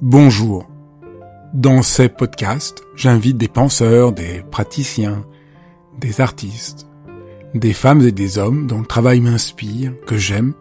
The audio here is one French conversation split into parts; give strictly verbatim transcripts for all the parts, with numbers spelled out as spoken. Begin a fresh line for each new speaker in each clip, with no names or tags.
Bonjour. Dans ces podcasts, j'invite des penseurs, des praticiens, des artistes, des femmes et des hommes dont le travail m'inspire, que j'aime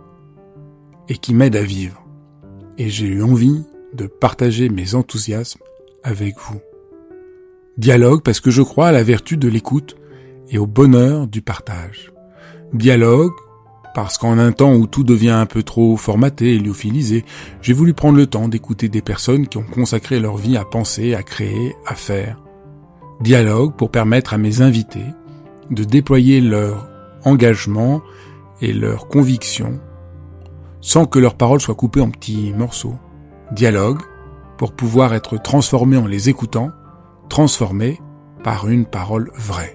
et qui m'aident à vivre. Et j'ai eu envie de partager mes enthousiasmes avec vous. Dialogue parce que je crois à la vertu de l'écoute et au bonheur du partage. Dialogue parce qu'en un temps où tout devient un peu trop formaté et lyophilisé, j'ai voulu prendre le temps d'écouter des personnes qui ont consacré leur vie à penser, à créer, à faire. Dialogue pour permettre à mes invités de déployer leur engagement et leur conviction sans que leurs paroles soient coupées en petits morceaux. Dialogue pour pouvoir être transformé en les écoutant, transformé par une parole vraie.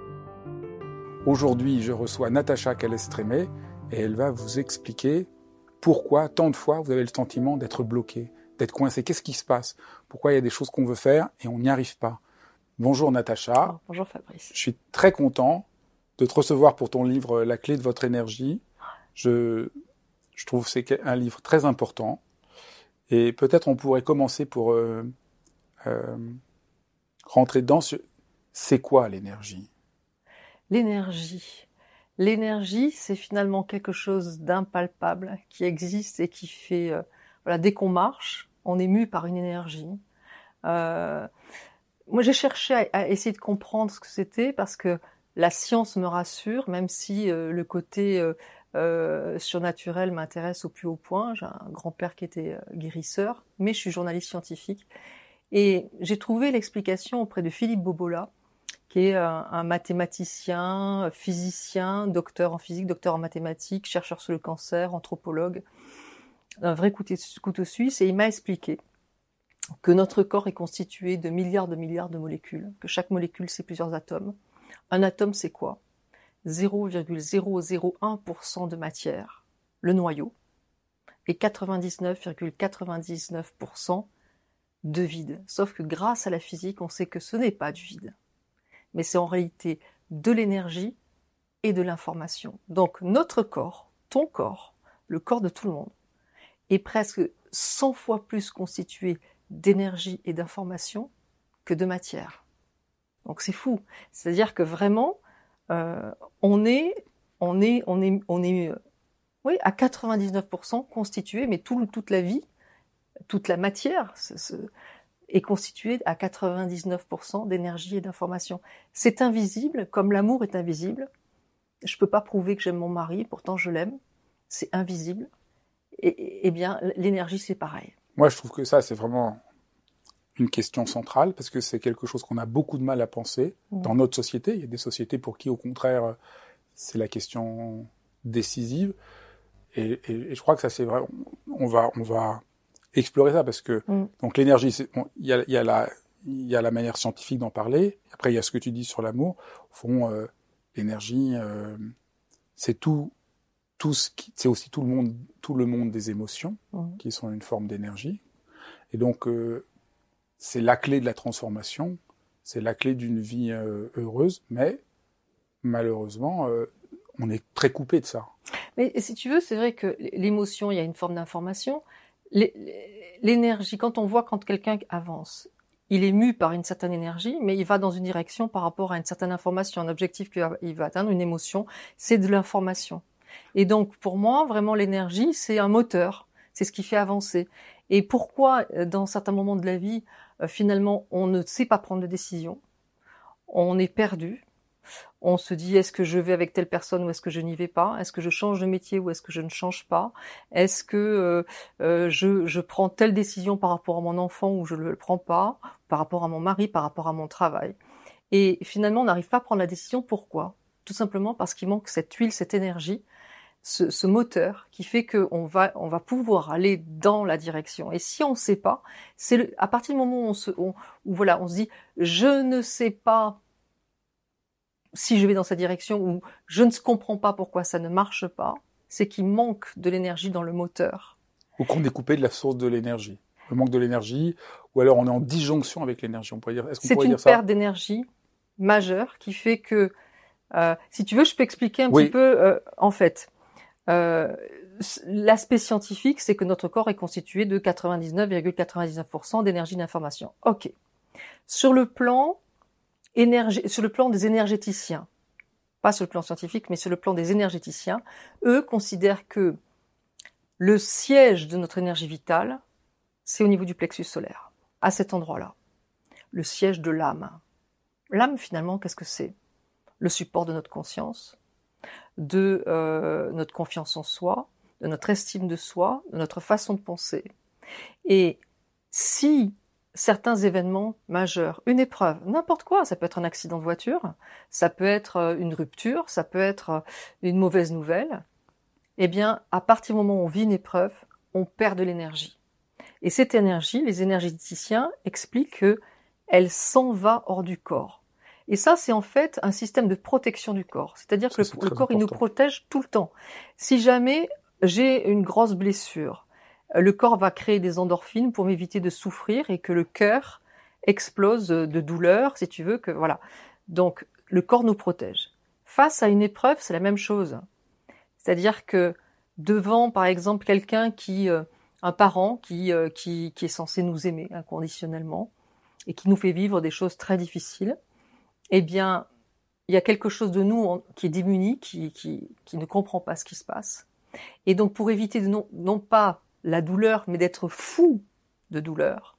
Aujourd'hui, je reçois Natacha Calestrémé et elle va vous expliquer pourquoi tant de fois vous avez le sentiment d'être bloqué, d'être coincé. Qu'est-ce qui se passe? Pourquoi il y a des choses qu'on veut faire et on n'y arrive pas? Bonjour Natacha.
Oh, bonjour Fabrice.
Je suis très content de te recevoir pour ton livre La clé de votre énergie. Je, je trouve que c'est un livre très important et peut-être on pourrait commencer pour euh, euh, rentrer dedans. C'est quoi l'énergie?
L'énergie. L'énergie, c'est finalement quelque chose d'impalpable qui existe et qui fait... Euh, voilà, dès qu'on marche, on est mu par une énergie. Euh, moi, j'ai cherché à, à essayer de comprendre ce que c'était parce que la science me rassure, même si euh, le côté euh, euh, surnaturel m'intéresse au plus haut point. J'ai un grand-père qui était euh, guérisseur, mais je suis journaliste scientifique. Et j'ai trouvé l'explication auprès de Philippe Bobola, qui est un, un mathématicien, physicien, docteur en physique, docteur en mathématiques, chercheur sur le cancer, anthropologue, un vrai couteau, couteau suisse, et il m'a expliqué que notre corps est constitué de milliards de milliards de molécules, que chaque molécule c'est plusieurs atomes. Un atome c'est quoi? zéro virgule zéro zéro un pour cent de matière, le noyau, et quatre-vingt-dix-neuf virgule quatre-vingt-dix-neuf pour cent de vide. Sauf que grâce à la physique, on sait que ce n'est pas du vide, mais c'est en réalité de l'énergie et de l'information. Donc notre corps, ton corps, le corps de tout le monde, est presque cent fois plus constitué d'énergie et d'information que de matière. Donc c'est fou. C'est-à-dire que vraiment, euh, on est, on est, on est, on est, euh, oui, à quatre-vingt-dix-neuf pour cent constitué, mais tout, toute la vie, toute la matière, ce, ce, est constituée à quatre-vingt-dix-neuf pour cent d'énergie et d'information. C'est invisible, comme l'amour est invisible. Je peux pas prouver que j'aime mon mari, pourtant je l'aime. C'est invisible. Et, et bien, l'énergie, c'est pareil.
Moi, je trouve que ça, c'est vraiment une question centrale, parce que c'est quelque chose qu'on a beaucoup de mal à penser mmh. dans notre société. Il y a des sociétés pour qui, au contraire, c'est la question décisive. Et, et, et je crois que ça, c'est vrai. On va, on va explorer ça, parce que mmh. donc l'énergie, c'est, bon, il y a, il y a la, il y a la manière scientifique d'en parler. Après, il y a ce que tu dis sur l'amour. Au fond, euh, l'énergie, euh, c'est tout. Tout ce qui, c'est aussi tout le monde, tout le monde des émotions, mmh. qui sont une forme d'énergie. Et donc, euh, c'est la clé de la transformation, c'est la clé d'une vie euh, heureuse, mais malheureusement, euh, on est très coupé de ça.
Mais si tu veux, c'est vrai que l'émotion, il y a une forme d'information. L'énergie, quand on voit quand quelqu'un avance, il est mu par une certaine énergie, mais il va dans une direction par rapport à une certaine information, un objectif qu'il va atteindre, une émotion, c'est de l'information. Et donc, pour moi, vraiment, l'énergie, c'est un moteur. C'est ce qui fait avancer. Et pourquoi, dans certains moments de la vie, euh, finalement, on ne sait pas prendre de décision, on est perdu, on se dit, est-ce que je vais avec telle personne ou est-ce que je n'y vais pas? Est-ce que je change de métier ou est-ce que je ne change pas? Est-ce que euh, euh, je, je prends telle décision par rapport à mon enfant ou je ne le prends pas? Par rapport à mon mari, par rapport à mon travail? Et finalement, on n'arrive pas à prendre la décision. Pourquoi? Tout simplement parce qu'il manque cette huile, cette énergie, Ce, ce moteur qui fait qu'on va, on va pouvoir aller dans la direction. Et si on ne sait pas, c'est le, à partir du moment où on se, on, où voilà, on se dit, je ne sais pas si je vais dans cette direction ou je ne comprends pas pourquoi ça ne marche pas, c'est qu'il manque de l'énergie dans le moteur.
Ou qu'on est coupé de la source de l'énergie. Le manque de l'énergie, ou alors on est en disjonction avec l'énergie. On pourrait dire, est-ce qu'on
c'est
pourrait
une
dire ça?
perte d'énergie majeure qui fait que, euh, si tu veux, je peux expliquer un
oui.
petit peu, euh, en fait. Euh, l'aspect scientifique, c'est que notre corps est constitué de quatre-vingt-dix-neuf virgule quatre-vingt-dix-neuf pour cent d'énergie d'information. Ok. Sur le plan énergie, sur le plan des énergéticiens, pas sur le plan scientifique, mais sur le plan des énergéticiens, eux considèrent que le siège de notre énergie vitale, c'est au niveau du plexus solaire, à cet endroit-là. Le siège de l'âme. L'âme, finalement, qu'est-ce que c'est? Le support de notre conscience, de euh, notre confiance en soi, de notre estime de soi, de notre façon de penser. Et si certains événements majeurs, une épreuve, n'importe quoi, ça peut être un accident de voiture, ça peut être une rupture, ça peut être une mauvaise nouvelle, eh bien, à partir du moment où on vit une épreuve, on perd de l'énergie. Et cette énergie, les énergéticiens expliquent qu'elle s'en va hors du corps. Et ça, c'est en fait un système de protection du corps. C'est-à-dire que le, le corps, important. Il nous protège tout le temps. Si jamais j'ai une grosse blessure, le corps va créer des endorphines pour m'éviter de souffrir et que le cœur explose de douleur, si tu veux, que voilà. Donc, le corps nous protège. Face à une épreuve, c'est la même chose. C'est-à-dire que devant, par exemple, quelqu'un qui, euh, un parent qui, euh, qui, qui est censé nous aimer inconditionnellement et qui nous fait vivre des choses très difficiles, eh bien, il y a quelque chose de nous qui est démuni, qui, qui, qui ne comprend pas ce qui se passe. Et donc, pour éviter de non, non pas la douleur, mais d'être fou de douleur,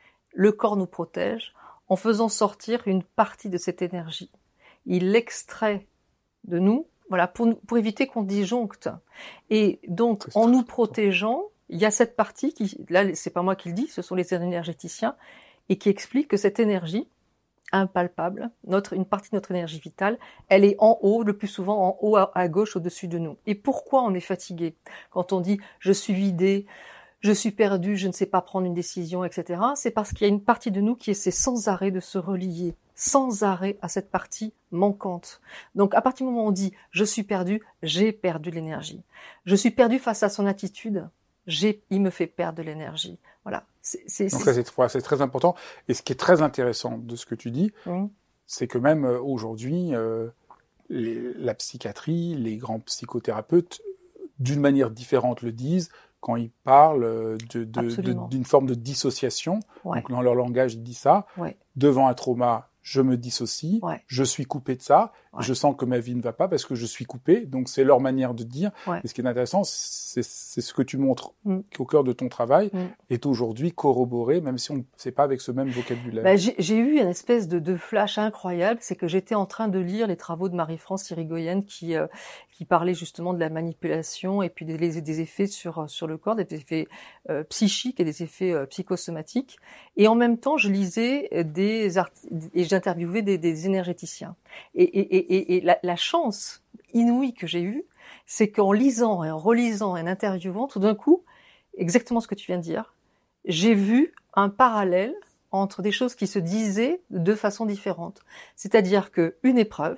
le corps nous protège en faisant sortir une partie de cette énergie. Il l'extrait de nous, voilà, pour, pour éviter qu'on disjoncte. Et donc, en nous protégeant, il y a cette partie qui, là, c'est pas moi qui le dis, ce sont les énergéticiens, et qui expliquent que cette énergie impalpable, notre, une partie de notre énergie vitale, elle est en haut, le plus souvent en haut à, à gauche au-dessus de nous. Et pourquoi on est fatigué? Quand on dit « je suis vidé », je suis perdu, je ne sais pas prendre une décision, et cetera, c'est parce qu'il y a une partie de nous qui essaie sans arrêt de se relier, sans arrêt à cette partie manquante. Donc, à partir du moment où on dit « je suis perdu », j'ai perdu l'énergie. Je suis perdu face à son attitude, j'ai, il me fait perdre de l'énergie. Voilà. C'est, c'est,
Donc ça, c'est, c'est très important. Et ce qui est très intéressant de ce que tu dis, mmh. c'est que même aujourd'hui, euh, les, la psychiatrie, les grands psychothérapeutes, d'une manière différente le disent, quand ils parlent de, de, de, d'une forme de dissociation, ouais. donc dans leur langage, ils disent ça, ouais. devant un trauma, je me dissocie, ouais. je suis coupé de ça, ouais. je sens que ma vie ne va pas parce que je suis coupé, donc c'est leur manière de dire. Ouais. Et ce qui est intéressant, c'est, c'est ce que tu montres mm. au cœur de ton travail, mm. est aujourd'hui corroboré, même si on ne sait pas avec ce même vocabulaire.
Bah, j'ai, j'ai eu une espèce de, de flash incroyable, c'est que j'étais en train de lire les travaux de Marie-France Irigoyen qui, euh, qui parlait justement de la manipulation et puis des, des effets sur, sur le corps, des effets euh, psychiques et des effets euh, psychosomatiques. Et en même temps, je lisais des articles, et j'interviewais des, des énergéticiens. Et, et, et, et la, la chance inouïe que j'ai eue, c'est qu'en lisant et en relisant et en interviewant, tout d'un coup, exactement ce que tu viens de dire, j'ai vu un parallèle entre des choses qui se disaient de façon différente. C'est-à-dire que une épreuve,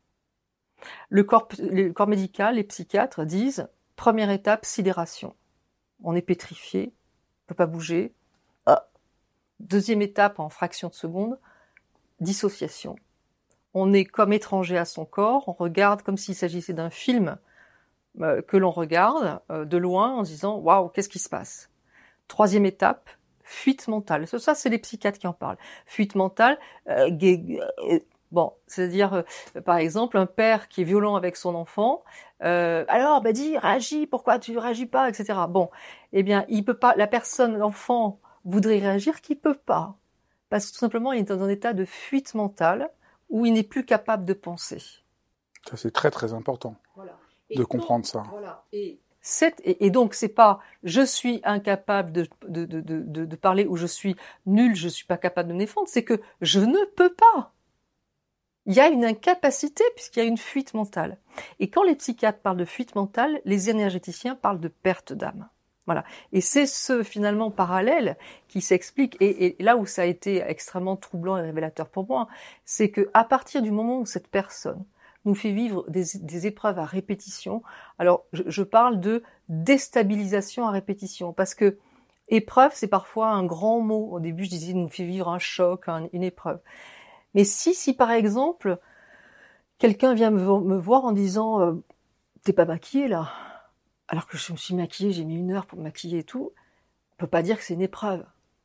le corps, le corps médical, les psychiatres disent première étape, sidération. On est pétrifié, on peut pas bouger. Ah. Deuxième étape, en fraction de seconde, dissociation. On est comme étranger à son corps, on regarde comme s'il s'agissait d'un film euh, que l'on regarde euh, de loin en se disant « Waouh, qu'est-ce qui se passe ?» Troisième étape, fuite mentale. Ça, c'est les psychiatres qui en parlent. Fuite mentale, euh, euh, bon, c'est-à-dire, euh, par exemple, un père qui est violent avec son enfant, euh, alors, bah dis, réagis, pourquoi tu réagis pas, et cetera. Bon, eh bien, il peut pas, la personne, l'enfant, voudrait réagir, qu'il peut pas. Parce que tout simplement, il est dans un état de fuite mentale où il n'est plus capable de penser.
Ça, c'est très, très important voilà. de donc, comprendre ça.
Voilà. Et, cette, et, et donc, c'est pas « je suis incapable de, de, de, de, de parler » ou « je suis nul, je suis pas capable de me défendre », c'est que je ne peux pas. Il y a une incapacité puisqu'il y a une fuite mentale. Et quand les psychiatres parlent de fuite mentale, les énergéticiens parlent de perte d'âme. Voilà. Et c'est ce, finalement, parallèle qui s'explique. Et, et là où ça a été extrêmement troublant et révélateur pour moi, c'est que à partir du moment où cette personne nous fait vivre des, des épreuves à répétition, alors je, je parle de déstabilisation à répétition, parce que épreuve, c'est parfois un grand mot. Au début, je disais, nous fait vivre un choc, un, une épreuve. Mais si, si par exemple, quelqu'un vient me, me voir en disant euh, « t'es pas maquillée là », alors que je me suis maquillée, j'ai mis une heure pour me maquiller et tout, on peut pas dire que c'est une épreuve.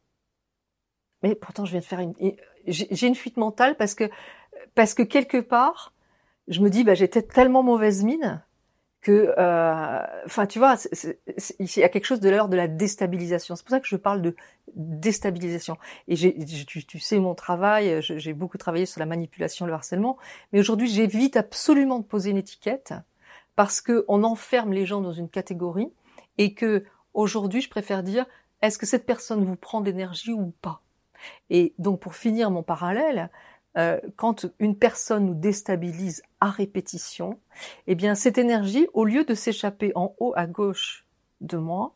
Mais pourtant, je viens de faire une, j'ai une fuite mentale parce que, parce que quelque part, je me dis, bah, j'étais tellement mauvaise mine que, enfin, euh, tu vois, c'est, c'est, c'est, il y a quelque chose de l'ordre de la déstabilisation. C'est pour ça que je parle de déstabilisation. Et j'ai, tu, tu sais mon travail, j'ai beaucoup travaillé sur la manipulation, le harcèlement, mais aujourd'hui, j'évite absolument de poser une étiquette parce que on enferme les gens dans une catégorie et que aujourd'hui, je préfère dire, est-ce que cette personne vous prend d'énergie ou pas? Et donc, pour finir mon parallèle, euh, quand une personne nous déstabilise à répétition, eh bien, cette énergie, au lieu de s'échapper en haut à gauche de moi,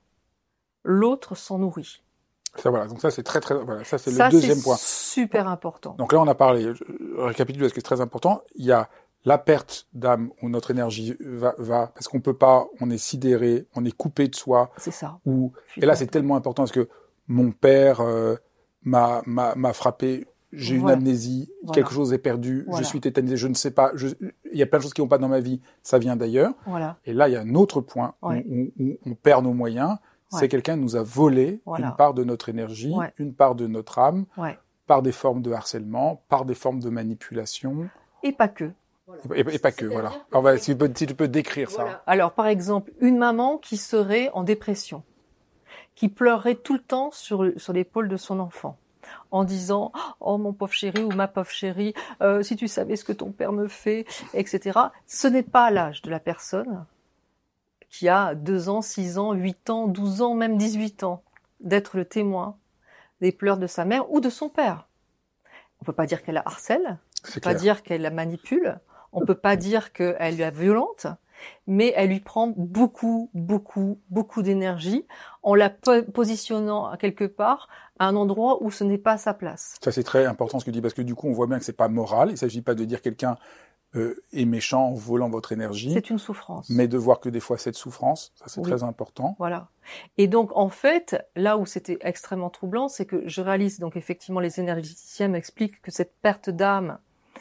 l'autre s'en nourrit.
Ça, voilà. Donc ça, c'est très, très, voilà. Ça, c'est
ça,
le deuxième
c'est
point.
Super important.
Donc là, on a parlé, je récapitule parce que c'est très important. Il y a la perte d'âme où notre énergie va, va parce qu'on peut pas, on est sidéré, on est coupé de soi.
C'est ça.
Ou, et là, c'est tellement important parce que mon père, euh, m'a, m'a, m'a frappé. J'ai voilà. une amnésie, voilà. quelque chose est perdu, voilà. je suis tétanisé, je ne sais pas, je... il y a plein de choses qui vont pas dans ma vie, ça vient d'ailleurs.
Voilà.
Et là, il y a un autre point ouais. où, où, où on perd nos moyens, ouais. c'est quelqu'un nous a volé voilà. une part de notre énergie, ouais. une part de notre âme, ouais. par des formes de harcèlement, par des formes de manipulation.
Et pas que.
Et, et, et pas que, voilà. Alors, bah, si, tu peux, si tu peux décrire voilà. ça.
Alors, par exemple, une maman qui serait en dépression, qui pleurerait tout le temps sur, sur l'épaule de son enfant, en disant « Oh, mon pauvre chéri ou ma pauvre chérie, euh, si tu savais ce que ton père me fait, et cetera » Ce n'est pas l'âge de la personne qui a deux ans, six ans, huit ans, douze ans, même dix-huit ans, d'être le témoin des pleurs de sa mère ou de son père. On peut pas dire qu'elle la harcèle, on peut pas dire qu'elle la manipule, on peut pas dire qu'elle est violente, mais elle lui prend beaucoup, beaucoup, beaucoup d'énergie en la po- positionnant quelque part à un endroit où ce n'est pas sa place.
Ça, c'est très important ce que tu dis, parce que du coup, on voit bien que c'est pas moral. Il s'agit pas de dire quelqu'un euh, est méchant en volant votre énergie.
C'est une souffrance.
Mais de voir que des fois, cette souffrance, ça, c'est oui. très important.
Voilà. Et donc, en fait, là où c'était extrêmement troublant, c'est que je réalise, donc effectivement, les énergéticiens m'expliquent que cette perte d'âme,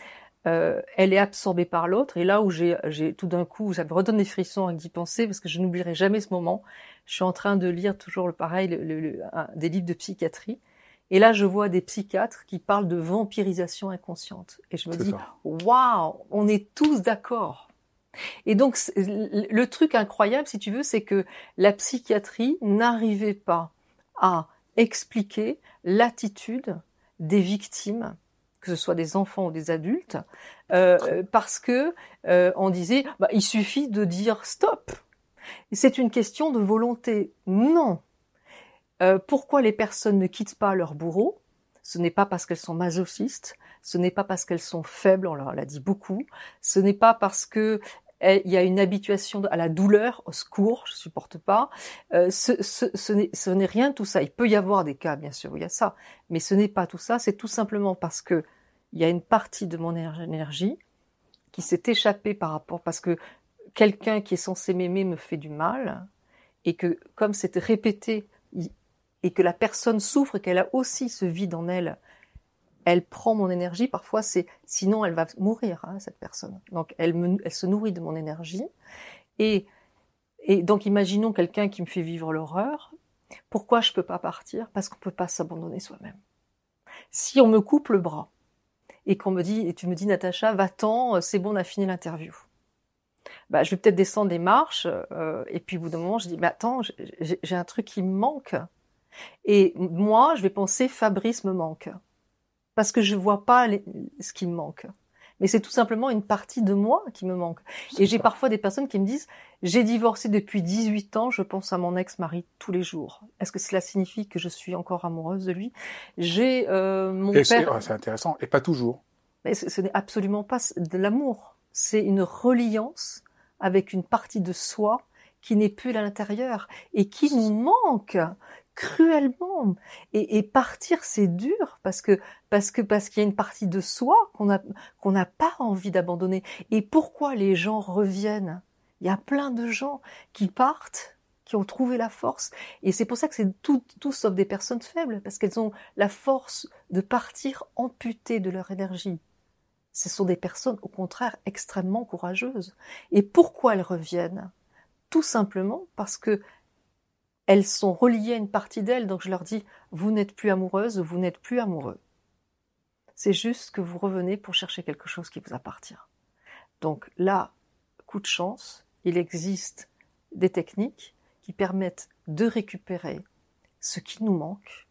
Euh, elle est absorbée par l'autre, et là où j'ai, j'ai tout d'un coup, ça me redonne des frissons avec d'y penser, parce que je n'oublierai jamais ce moment. Je suis en train de lire toujours le pareil, le, le, le, un, des livres de psychiatrie, et là je vois des psychiatres qui parlent de vampirisation inconsciente, et je me
C'est
dis,
ça.
waouh, on est tous d'accord. Et donc le truc incroyable, si tu veux, c'est que la psychiatrie n'arrivait pas à expliquer l'attitude des victimes, que ce soit des enfants ou des adultes, euh, parce que euh, on disait, bah, il suffit de dire stop. C'est une question de volonté. Non. Euh, pourquoi les personnes ne quittent pas leur bourreau? Ce n'est pas parce qu'elles sont masochistes, ce n'est pas parce qu'elles sont faibles, on l'a dit beaucoup, ce n'est pas parce que il y a une habituation à la douleur, au secours, je supporte pas. Euh, ce, ce, ce n'est, ce n'est rien de tout ça. Il peut y avoir des cas, bien sûr, où il y a ça, mais ce n'est pas tout ça. C'est tout simplement parce que il y a une partie de mon énergie qui s'est échappée par rapport, parce que quelqu'un qui est censé m'aimer me fait du mal, et que comme c'est répété, et que la personne souffre, et qu'elle a aussi ce vide en elle, elle prend mon énergie, parfois c'est, sinon elle va mourir, hein, cette personne. Donc elle, me, elle se nourrit de mon énergie. Et, et donc imaginons quelqu'un qui me fait vivre l'horreur. Pourquoi je peux pas partir? Parce qu'on peut pas s'abandonner soi-même. Si on me coupe le bras, et qu'on me dit, et tu me dis, Natacha, va-t'en, c'est bon, on a fini l'interview. Bah, je vais peut-être descendre des marches, euh, et puis au bout d'un moment, je dis, mais attends, j'ai, j'ai un truc qui me manque. Et moi, je vais penser, Fabrice me manque. Parce que je vois pas les, ce qui me manque. Mais c'est tout simplement une partie de moi qui me manque. C'est et j'ai ça. Parfois des personnes qui me disent, j'ai divorcé depuis dix-huit ans, je pense à mon ex-mari tous les jours. Est-ce que cela signifie que je suis encore amoureuse de lui? J'ai euh, mon
et
père...
C'est, c'est intéressant, et pas toujours.
Mais ce, ce n'est absolument pas de l'amour. C'est une reliance avec une partie de soi qui n'est plus à l'intérieur et qui nous manque cruellement. Et, et partir, c'est dur parce que parce que parce qu'il y a une partie de soi qu'on a qu'on n'a pas envie d'abandonner. Et pourquoi les gens reviennent? Il y a plein de gens qui partent, qui ont trouvé la force. Et c'est pour ça que c'est tout, tout sauf des personnes faibles, parce qu'elles ont la force de partir amputées de leur énergie. Ce sont des personnes, au contraire, extrêmement courageuses. Et pourquoi elles reviennent? tout simplement parce que elles sont reliées à une partie d'elles. Donc je leur dis, vous n'êtes plus amoureuse, vous n'êtes plus amoureux. C'est juste que vous revenez pour chercher quelque chose qui vous appartient. Donc là, coup de chance, il existe des techniques qui permettent de récupérer ce qui nous manque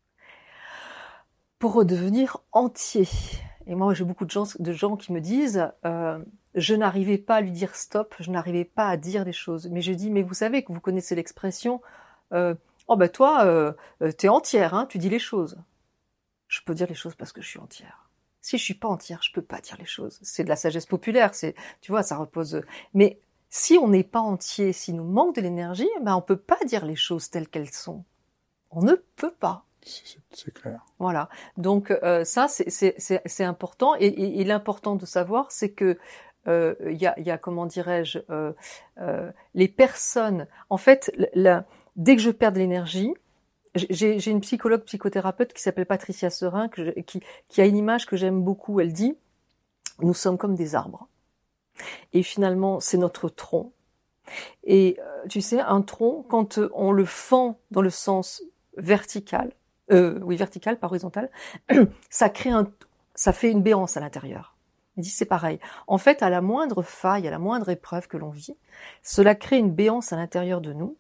pour redevenir entier. Et moi, j'ai beaucoup de gens, de gens qui me disent euh, je n'arrivais pas à lui dire stop, je n'arrivais pas à dire des choses. Mais je dis, mais vous savez que vous connaissez l'expression euh, oh ben toi, euh, t'es entière, hein, tu dis les choses. Je peux dire les choses parce que je suis entière. Si je suis pas entière, je peux pas dire les choses. C'est de la sagesse populaire, c'est, tu vois, ça repose. Mais si on n'est pas entier, s'il nous manque de l'énergie, ben on peut pas dire les choses telles qu'elles sont. On ne peut pas.
C'est, c'est clair.
Voilà. Donc euh, ça, c'est, c'est, c'est, c'est important. Et, et, et l'important de savoir, c'est que il euh, y, a, y a, comment dirais-je, euh, euh, les personnes. En fait, la, dès que je perds de l'énergie, j'ai, j'ai une psychologue, psychothérapeute qui s'appelle Patricia Serin, que je, qui, qui a une image que j'aime beaucoup. Elle dit, nous sommes comme des arbres. Et finalement, c'est notre tronc. Et euh, tu sais, un tronc, quand on le fend dans le sens vertical, euh, oui, vertical, pas horizontal, ça crée un, ça fait une béance à l'intérieur. Il dit c'est pareil. En fait, à la moindre faille, à la moindre épreuve que l'on vit, cela crée une béance à l'intérieur de nous.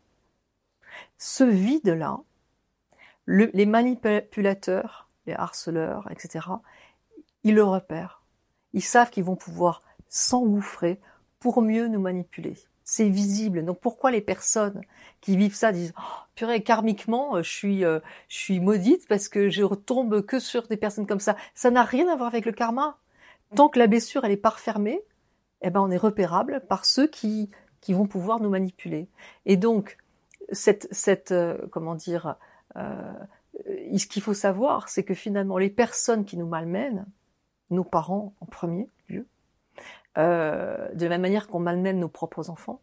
Ce vide-là, le, les manipulateurs, les harceleurs, et cetera, ils le repèrent. Ils savent qu'ils vont pouvoir s'engouffrer pour mieux nous manipuler. C'est visible. Donc pourquoi les personnes qui vivent ça disent oh, purée, karmiquement, je suis, euh, je suis maudite parce que je retombe que sur des personnes comme ça. Ça n'a rien à voir avec le karma. Tant que la blessure elle est pas refermée, eh ben on est repérable par ceux qui qui vont pouvoir nous manipuler. Et donc cette cette euh, comment dire, euh, ce qu'il faut savoir, c'est que finalement les personnes qui nous malmènent, nos parents en premier lieu, euh, de la même manière qu'on malmène nos propres enfants,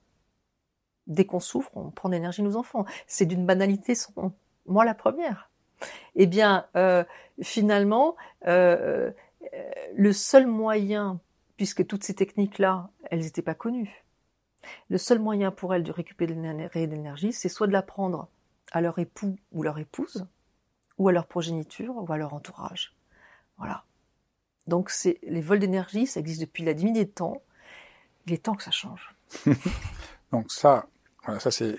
dès qu'on souffre, on prend l'énergie de nos enfants. C'est d'une banalité, moi la première. Eh bien, euh, finalement. Euh, Le seul moyen, puisque toutes ces techniques-là, elles n'étaient pas connues, le seul moyen pour elles de récupérer de l'énergie, c'est soit de la prendre à leur époux ou leur épouse, ou à leur progéniture, ou à leur entourage. Voilà. Donc c'est, les vols d'énergie, ça existe depuis la nuit des temps. Il est temps que ça change.
Donc ça, voilà, ça c'est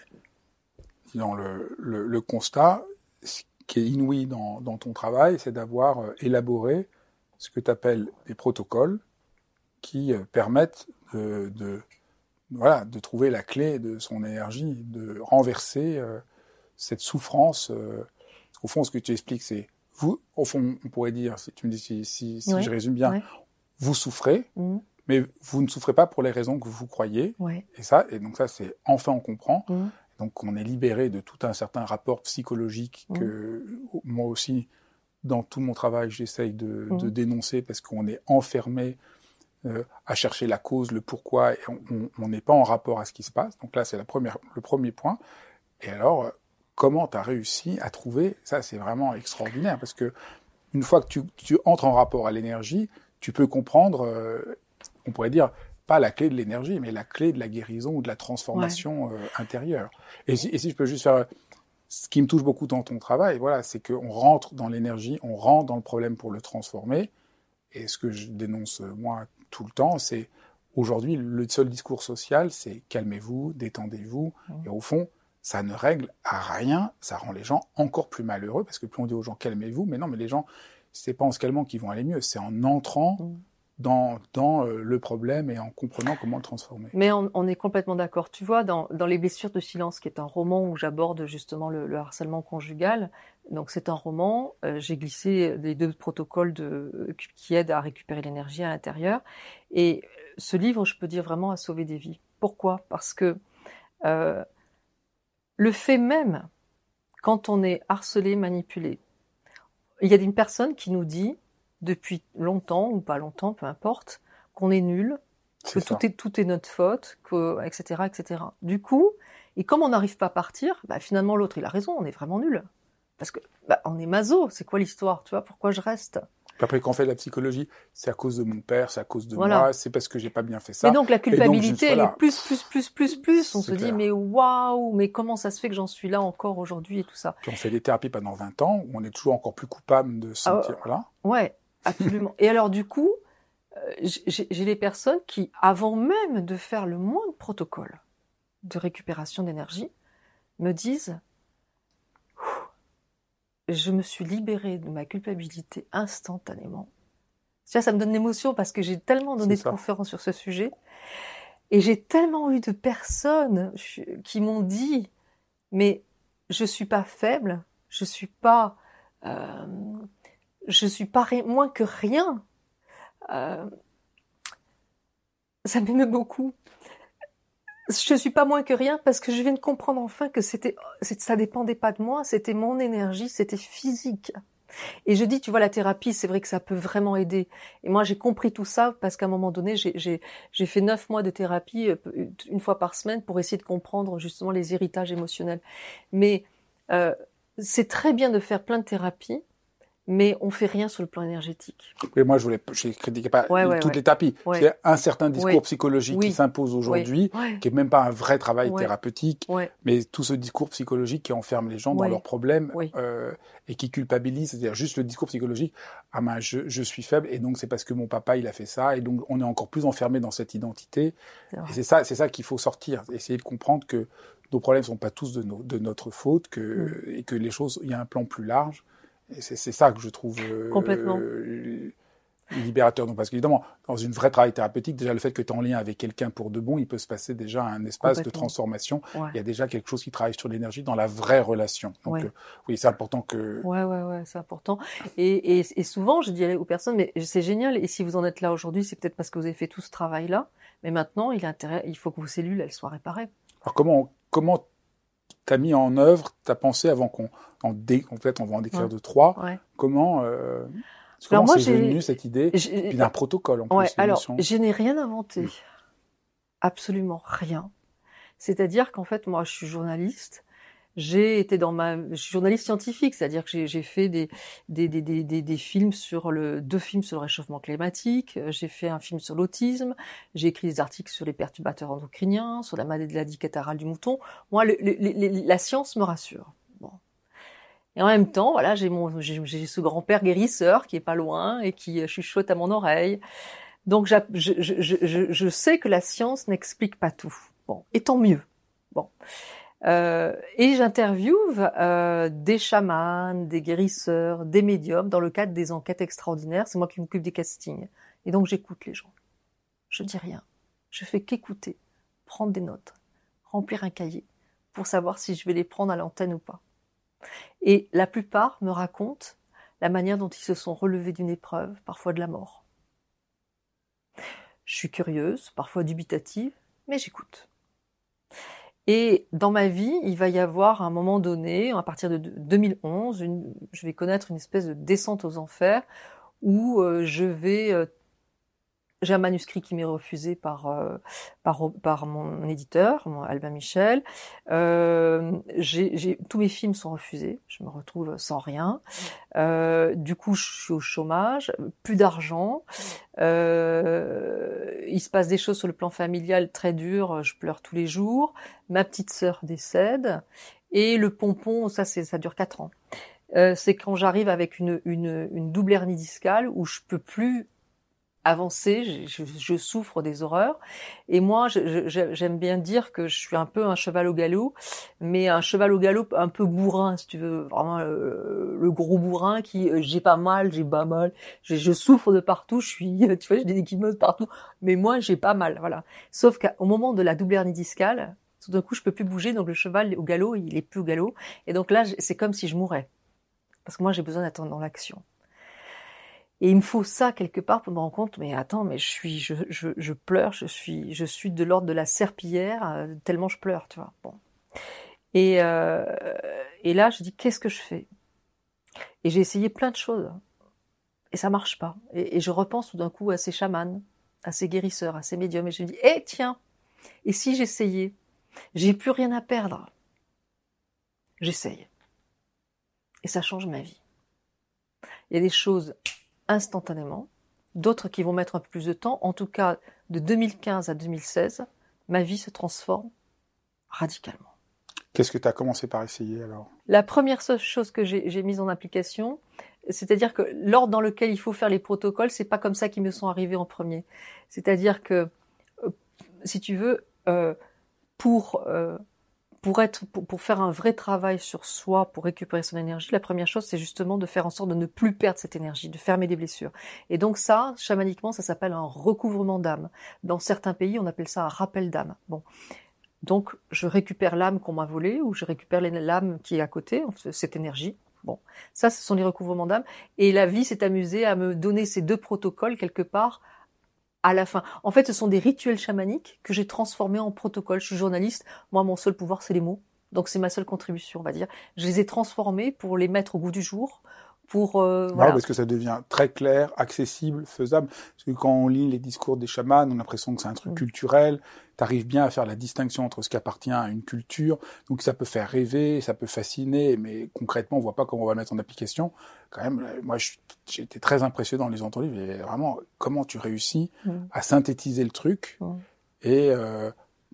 dans le, le, le constat. Ce qui est inouï dans, dans ton travail, c'est d'avoir euh, élaboré ce que tu appelles des protocoles qui euh, permettent de, de, voilà, de trouver la clé de son énergie, de renverser euh, cette souffrance. Euh, au fond, ce que tu expliques, c'est, vous, au fond, on pourrait dire, si tu me dis si, si, si
ouais,
je résume bien,
ouais.
vous souffrez, mmh. mais vous ne souffrez pas pour les raisons que vous croyez.
Ouais.
Et ça, et donc ça, c'est enfin on comprend.
Mmh.
Donc on est libéré de tout un certain rapport psychologique mmh. que moi aussi, dans tout mon travail, j'essaye de, mmh. de dénoncer parce qu'on est enfermé euh, à chercher la cause, le pourquoi, et on n'est pas en rapport à ce qui se passe. Donc là, c'est la première, le premier point. Et alors, comment tu as réussi à trouver, ça c'est vraiment extraordinaire, parce que une fois que tu, tu entres en rapport à l'énergie, tu peux comprendre, euh, on pourrait dire, pas la clé de l'énergie, mais la clé de la guérison ou de la transformation ouais. euh, intérieure. Et si, et si je peux juste faire... Ce qui me touche beaucoup dans ton travail, voilà, c'est qu'on rentre dans l'énergie, on rentre dans le problème pour le transformer. Et ce que je dénonce, moi, tout le temps, c'est aujourd'hui, le seul discours social, c'est calmez-vous, détendez-vous. Mmh. Et au fond, ça ne règle à rien, ça rend les gens encore plus malheureux, parce que plus on dit aux gens calmez-vous, mais non, mais les gens, c'est pas en se calmant qu'ils vont aller mieux, c'est en entrant mmh. dans, dans euh, le problème et en comprenant comment le transformer.
Mais on, on est complètement d'accord. Tu vois, dans, dans Les blessures de silence, qui est un roman où j'aborde justement le, le harcèlement conjugal, donc c'est un roman, euh, j'ai glissé les deux protocoles de, qui aident à récupérer l'énergie à l'intérieur, et ce livre, je peux dire vraiment, a sauvé des vies. Pourquoi ? Parce que euh, le fait même, quand on est harcelé, manipulé, il y a une personne qui nous dit, depuis longtemps ou pas longtemps, peu importe, qu'on est nul, que tout est, tout est notre faute, que, et cetera, et cetera. Du coup, et comme on n'arrive pas à partir, bah, finalement l'autre il a raison, on est vraiment nul. Parce que bah, on est maso, c'est quoi l'histoire, tu vois, pourquoi je reste ?
Puis après, quand on fait de la psychologie, c'est à cause de mon père, c'est à cause de
Voilà.
moi, c'est parce que j'ai pas bien fait ça.
Et donc la culpabilité,
donc,
elle
voilà.
est plus, plus, plus, plus, plus. On
C'est
se dit,
clair.
mais waouh, mais comment ça se fait que j'en suis là encore aujourd'hui et tout ça.
Puis on fait des thérapies pendant vingt ans, où on est toujours encore plus coupable de se sentir...
Ah,
voilà.
Ouais, absolument. Et alors du coup, euh, j'ai j'ai des personnes qui, avant même de faire le moindre protocole de récupération d'énergie, me disent « Je me suis libérée de ma culpabilité instantanément. » Ça, ça me donne l'émotion parce que j'ai tellement donné de conférences sur ce sujet et j'ai tellement eu de personnes qui m'ont dit « Mais je suis pas faible, je suis pas, euh, je suis pas rien, moins que rien. Euh, » Ça m'émeut beaucoup. Je suis pas moins que rien parce que je viens de comprendre enfin que c'était, ça dépendait pas de moi, c'était mon énergie, c'était physique. Et je dis, tu vois, la thérapie, c'est vrai que ça peut vraiment aider. Et moi, j'ai compris tout ça parce qu'à un moment donné, j'ai, j'ai, j'ai fait neuf mois de thérapie une fois par semaine pour essayer de comprendre justement les héritages émotionnels. Mais euh, c'est très bien de faire plein de thérapies, mais on fait rien sur le plan énergétique.
Et moi, je voulais, je critiquais pas
ouais, ouais,
toutes
ouais.
les thérapies.
Ouais.
C'est un certain discours
ouais.
psychologique
oui.
qui s'impose aujourd'hui,
oui.
qui est même pas un vrai travail
ouais.
thérapeutique,
ouais.
mais tout ce discours psychologique qui enferme les gens
ouais.
dans leurs problèmes
oui.
euh, et qui culpabilise, c'est-à-dire juste le discours psychologique. Ah ben, je, je suis faible et donc c'est parce que mon papa il a fait ça et donc on est encore plus enfermé dans cette identité. C'est et c'est ça, c'est ça qu'il faut sortir, essayer de comprendre que nos problèmes sont pas tous de, nos, de notre faute, que mm. et que les choses, il y a un plan plus large. Et c'est, c'est ça que je trouve euh,
complètement
euh, libérateur. Donc, parce qu'évidemment, dans une vraie travail thérapeutique, déjà le fait que tu es en lien avec quelqu'un pour de bon, il peut se passer déjà un espace de transformation.
Ouais.
Il y a déjà quelque chose qui travaille sur l'énergie dans la vraie relation. Donc,
ouais.
euh, oui, c'est important que...
Ouais, ouais, ouais, c'est important. Et, et, et souvent, je dis aux personnes, mais c'est génial, et si vous en êtes là aujourd'hui, c'est peut-être parce que vous avez fait tout ce travail-là, mais maintenant, il, a intérêt, il faut que vos cellules, elles soient réparées.
Alors, comment... comment t'as mis en œuvre ta pensée avant qu'on en dé... en fait on va en décrire
ouais.
de trois
ouais.
comment euh...
alors
comment
moi,
c'est
j'ai...
venu cette idée
j'ai...
puis d'un protocole en
ouais,
plus
alors je n'ai rien inventé mmh. absolument rien, c'est-à-dire qu'en fait moi je suis journaliste, j'ai été dans ma je suis journaliste scientifique, c'est-à-dire que j'ai, j'ai fait des des, des des des des films sur le deux films sur le réchauffement climatique, j'ai fait un film sur l'autisme, j'ai écrit des articles sur les perturbateurs endocriniens, sur la maladie catarrhale du mouton. Moi, le, le, le, la science me rassure. Bon. Et en même temps, voilà, j'ai mon j'ai, j'ai ce grand-père guérisseur qui est pas loin et qui chuchote à mon oreille. Donc, je je je je, je sais que la science n'explique pas tout. Bon, et tant mieux. Bon. Euh, et j'interviewe euh, des chamans, des guérisseurs, des médiums dans le cadre des enquêtes extraordinaires. C'est moi qui m'occupe des castings. Et donc j'écoute les gens. Je dis rien. Je fais qu'écouter, prendre des notes, remplir un cahier pour savoir si je vais les prendre à l'antenne ou pas. Et la plupart me racontent la manière dont ils se sont relevés d'une épreuve, parfois de la mort. Je suis curieuse, parfois dubitative, mais j'écoute. Et dans ma vie, il va y avoir à un moment donné, à partir de deux mille onze, une, je vais connaître une espèce de descente aux enfers où euh, je vais... Euh, j'ai un manuscrit qui m'est refusé par, euh, par, par mon éditeur, mon Albin Michel. Euh, j'ai, j'ai, tous mes films sont refusés, je me retrouve sans rien. Euh, du coup, je suis au chômage, plus d'argent. Euh, il se passe des choses sur le plan familial très dures, je pleure tous les jours. Ma petite sœur décède. Et le pompon, ça, c'est, ça dure quatre ans. Euh, c'est quand j'arrive avec une, une, une double hernie discale où je peux plus avancer, je, je, je souffre des horreurs. Et moi, je, je, j'aime bien dire que je suis un peu un cheval au galop, mais un cheval au galop un peu bourrin, si tu veux, vraiment le, le gros bourrin qui, j'ai pas mal, j'ai pas mal, je, je souffre de partout, je suis, tu vois, j'ai des échymoses partout, mais moi, j'ai pas mal, voilà. Sauf qu'au moment de la double hernie discale, tout d'un coup, je peux plus bouger, donc le cheval au galop, il est plus au galop. Et donc là, c'est comme si je mourais. Parce que moi, j'ai besoin d'être dans l'action. Et il me faut ça quelque part pour me rendre compte, mais attends, mais je suis, je, je, je pleure, je suis, je suis de l'ordre de la serpillière, euh, tellement je pleure, tu vois. Bon. Et, euh, et là, je dis, qu'est-ce que je fais? Et j'ai essayé plein de choses. Et ça marche pas. Et, et je repense tout d'un coup à ces chamans, à ces guérisseurs, à ces médiums. Et je me dis, eh, tiens, et si j'essayais? J'ai plus rien à perdre. J'essaye. Et ça change ma vie. Il y a des choses instantanément, d'autres qui vont mettre un peu plus de temps. En tout cas, de deux mille quinze à deux mille seize, ma vie se transforme radicalement.
Qu'est-ce que tu as commencé par essayer alors?
La première chose que j'ai, j'ai mise en application, c'est-à-dire que l'ordre dans lequel il faut faire les protocoles, c'est pas comme ça qu'ils me sont arrivés en premier. C'est-à-dire que, euh, si tu veux, euh, pour euh, pour être pour, pour faire un vrai travail sur soi, pour récupérer son énergie, la première chose, c'est justement de faire en sorte de ne plus perdre cette énergie, de fermer des blessures. Et donc ça, chamaniquement, ça s'appelle un recouvrement d'âme. Dans certains pays, on appelle ça un rappel d'âme. Bon. Donc, je récupère l'âme qu'on m'a volée, ou je récupère l'âme qui est à côté, cette énergie. Bon, ça, ce sont les recouvrements d'âme. Et la vie s'est amusée à me donner ces deux protocoles quelque part à la fin. En fait, ce sont des rituels chamaniques que j'ai transformés en protocoles. Je suis journaliste. Moi, mon seul pouvoir, c'est les mots. Donc, c'est ma seule contribution, on va dire. Je les ai transformés pour les mettre au goût du jour. Pour, euh,
non,
voilà.
Parce que ça devient très clair, accessible, faisable. Parce que quand on lit les discours des chamans, on a l'impression que c'est un truc mmh. culturel. Tu arrives bien à faire la distinction entre ce qui appartient à une culture. Donc ça peut faire rêver, ça peut fasciner, mais concrètement, on voit pas comment on va le mettre en application. Quand même, moi, j'ai été très impressionné dans les entendus. Mais vraiment, comment tu réussis mmh. à synthétiser le truc mmh. et euh,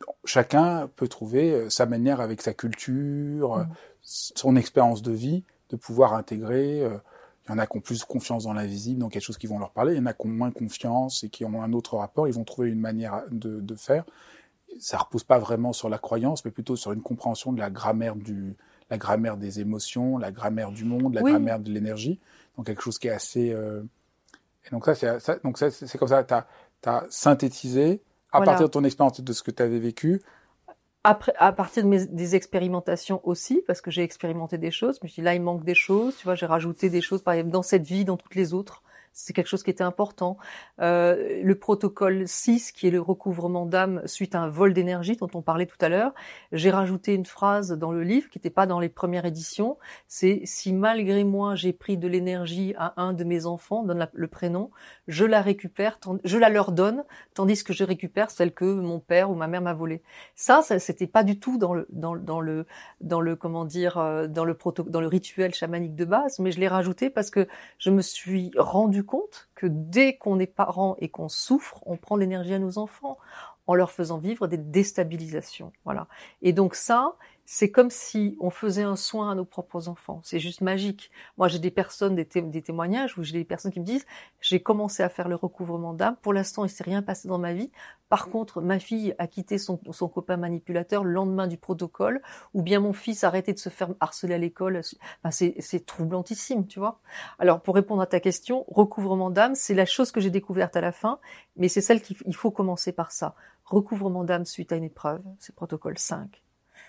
chacun peut trouver sa manière avec sa culture, mmh. son expérience de vie, de pouvoir intégrer. Euh, il y en a qui ont plus confiance dans l'invisible, dans quelque chose qui vont leur parler. Il y en a qui ont moins confiance et qui ont un autre rapport. Ils vont trouver une manière de, de faire. Ça repose pas vraiment sur la croyance, mais plutôt sur une compréhension de la grammaire du, la grammaire des émotions, la grammaire du monde, la oui. grammaire de l'énergie. Donc quelque chose qui est assez. Euh... Et donc ça, c'est ça, donc ça, c'est comme ça. T'as, t'as synthétisé à voilà. partir de ton expérience de ce que tu avais vécu.
Après, à partir de mes, des expérimentations aussi, parce que j'ai expérimenté des choses, je me suis dit là il manque des choses, tu vois, j'ai rajouté des choses, par exemple dans cette vie, dans toutes les autres, c'est quelque chose qui était important. Euh, le protocole six, qui est le recouvrement d'âme suite à un vol d'énergie dont on parlait tout à l'heure, j'ai rajouté une phrase dans le livre qui n'était pas dans les premières éditions, c'est « Si malgré moi j'ai pris de l'énergie à un de mes enfants, donne la, le prénom, je la récupère, je la leur donne, tandis que je récupère celle que mon père ou ma mère m'a volée. » Ça, ça c'était pas du tout dans le dans, dans le dans le comment dire dans le proto, dans le rituel chamanique de base, mais je l'ai rajouté parce que je me suis rendu compte que dès qu'on est parent et qu'on souffre, on prend l'énergie à nos enfants en leur faisant vivre des déstabilisations. Voilà. Et donc ça, c'est comme si on faisait un soin à nos propres enfants. C'est juste magique. Moi, j'ai des personnes, des, té- des témoignages où j'ai des personnes qui me disent « J'ai commencé à faire le recouvrement d'âme. Pour l'instant, il s'est rien passé dans ma vie. Par contre, ma fille a quitté son, son copain manipulateur le lendemain du protocole, ou bien mon fils a arrêté de se faire harceler à l'école. Enfin, c'est, c'est troublantissime, tu vois. Alors, pour répondre à ta question, recouvrement d'âme, c'est la chose que j'ai découverte à la fin, mais c'est celle qu'il il faut commencer par ça. Recouvrement d'âme suite à une épreuve, c'est protocole cinq.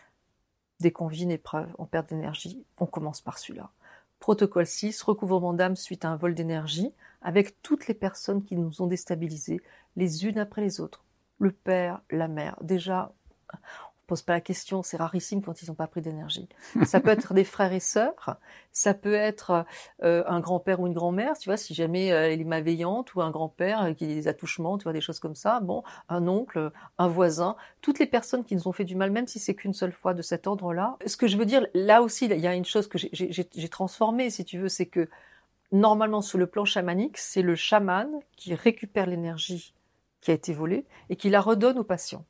Dès qu'on vit une épreuve, on perd d'énergie, on commence par celui-là. Protocole six, recouvrement d'âme suite à un vol d'énergie, avec toutes les personnes qui nous ont déstabilisés, les unes après les autres. Le père, la mère, déjà, on ne pose pas la question, c'est rarissime quand ils n'ont pas pris d'énergie. Ça peut être des frères et sœurs, ça peut être euh, un grand-père ou une grand-mère, tu vois, si jamais euh, elle est malveillante, ou un grand-père euh, qui a des attouchements, tu vois, des choses comme ça. Bon, un oncle, un voisin, toutes les personnes qui nous ont fait du mal, même si c'est qu'une seule fois de cet ordre-là. Ce que je veux dire, là aussi, il y a une chose que j'ai, j'ai, j'ai transformée, si tu veux, c'est que normalement, sur le plan chamanique, c'est le chaman qui récupère l'énergie qui a été volée et qui la redonne au patient.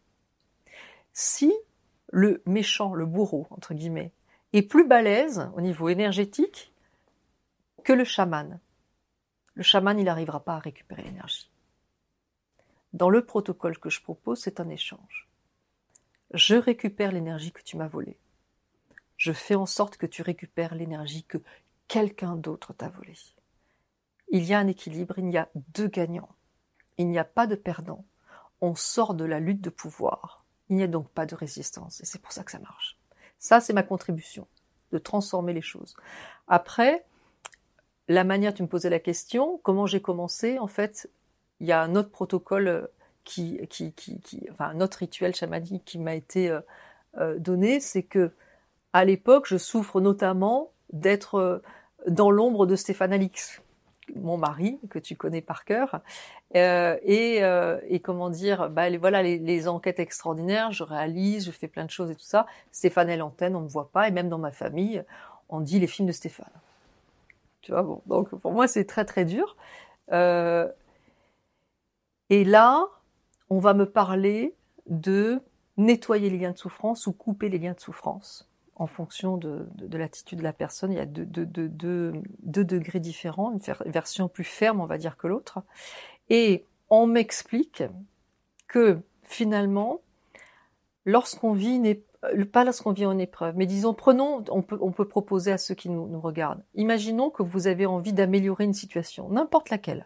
Si le méchant, le bourreau, entre guillemets, est plus balèze au niveau énergétique que le chaman, le chaman, il n'arrivera pas à récupérer l'énergie. Dans le protocole que je propose, c'est un échange. Je récupère l'énergie que tu m'as volée. Je fais en sorte que tu récupères l'énergie que quelqu'un d'autre t'a volée. Il y a un équilibre, il y a deux gagnants. Il n'y a pas de perdant. On sort de la lutte de pouvoir. Il n'y a donc pas de résistance. Et c'est pour ça que ça marche. Ça, c'est ma contribution, de transformer les choses. Après, la manière, tu me posais la question, comment j'ai commencé, en fait, il y a un autre protocole qui, qui, qui, qui enfin, un autre rituel chamanique qui m'a été euh, euh, donné, c'est que, à l'époque, je souffre notamment d'être euh, dans l'ombre de Stéphane Alix, mon mari, que tu connais par cœur, euh, et, euh, et comment dire, bah, les, voilà, les, les enquêtes extraordinaires, je réalise, je fais plein de choses et tout ça. Stéphane est l'antenne, on me voit pas, et même dans ma famille, on dit les films de Stéphane. Tu vois, bon, donc pour moi c'est très très dur. Euh, et là, on va me parler de nettoyer les liens de souffrance ou couper les liens de souffrance. En fonction de, de, de l'attitude de la personne, il y a deux, deux, deux, deux, deux degrés différents, une version plus ferme, on va dire, que l'autre. Et on m'explique que finalement, lorsqu'on vit une épreuve, pas lorsqu'on vit en épreuve, mais disons, prenons, on peut, on peut proposer à ceux qui nous, nous regardent. Imaginons que vous avez envie d'améliorer une situation, n'importe laquelle.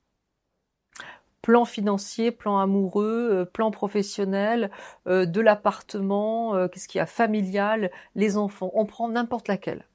Plan financier, plan amoureux, plan professionnel, euh, de l'appartement, euh, qu'est-ce qu'il y a, familial, les enfants, on prend n'importe laquelle.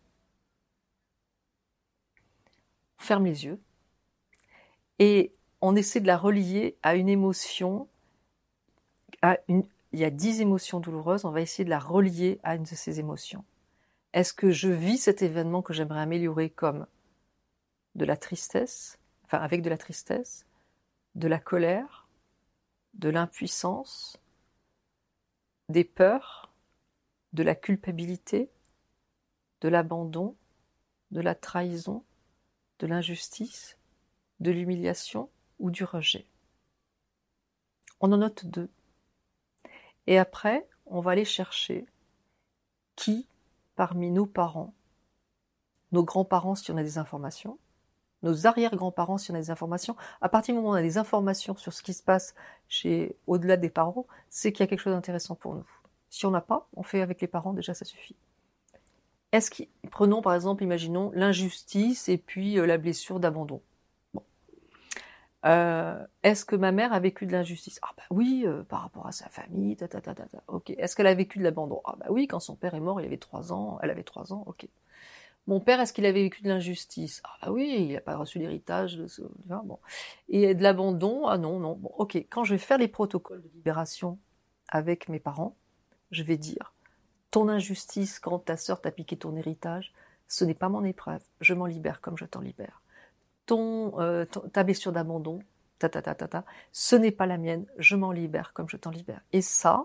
On ferme les yeux et on essaie de la relier à une émotion, à une, il y a dix émotions douloureuses, on va essayer de la relier à une de ces émotions. Est-ce que je vis cet événement que j'aimerais améliorer comme de la tristesse, enfin avec de la tristesse, de la colère, de l'impuissance, des peurs, de la culpabilité, de l'abandon, de la trahison, de l'injustice, de l'humiliation ou du rejet. On en note deux. Et après, on va aller chercher qui, parmi nos parents, nos grands-parents si on a des informations, nos arrière-grands-parents si on a des informations, à partir du moment où on a des informations sur ce qui se passe chez au-delà des parents, c'est qu'il y a quelque chose d'intéressant pour nous. Si on n'a pas, on fait avec les parents, déjà ça suffit. Est-ce qu'il... Prenons par exemple, imaginons l'injustice et puis euh, la blessure d'abandon. Bon. Euh, est-ce que ma mère a vécu de l'injustice? Ah bah oui, euh, par rapport à sa famille, ta ta ta ta ta. Ok. Est-ce qu'elle a vécu de l'abandon? Ah bah oui, quand son père est mort, il avait trois ans, elle avait trois ans. Ok. Mon père, est-ce qu'il avait vécu de l'injustice? Ah bah oui, il n'a pas reçu l'héritage de ce... Bon. Et de l'abandon? Ah non, non. Bon, ok. Quand je vais faire les protocoles de libération avec mes parents, je vais dire, ton injustice quand ta sœur t'a piqué ton héritage, ce n'est pas mon épreuve. Je m'en libère comme je t'en libère. Ton, euh, ton, ta blessure d'abandon, ta ta ta ta ta, ce n'est pas la mienne. Je m'en libère comme je t'en libère. Et ça,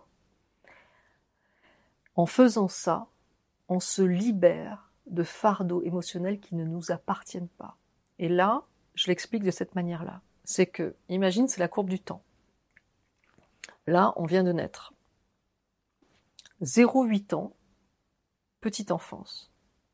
en faisant ça, on se libère de fardeaux émotionnels qui ne nous appartiennent pas. Et là, je l'explique de cette manière-là. C'est que, imagine, c'est la courbe du temps. Là, on vient de naître. zéro à huit ans, petite enfance.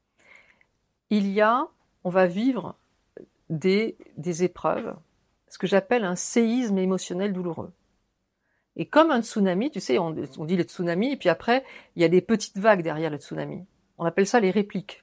Il y a, on va vivre des, des épreuves, ce que j'appelle un séisme émotionnel douloureux. Et comme un tsunami, tu sais, on, on dit le tsunami, et puis après, il y a des petites vagues derrière le tsunami. On appelle ça les répliques.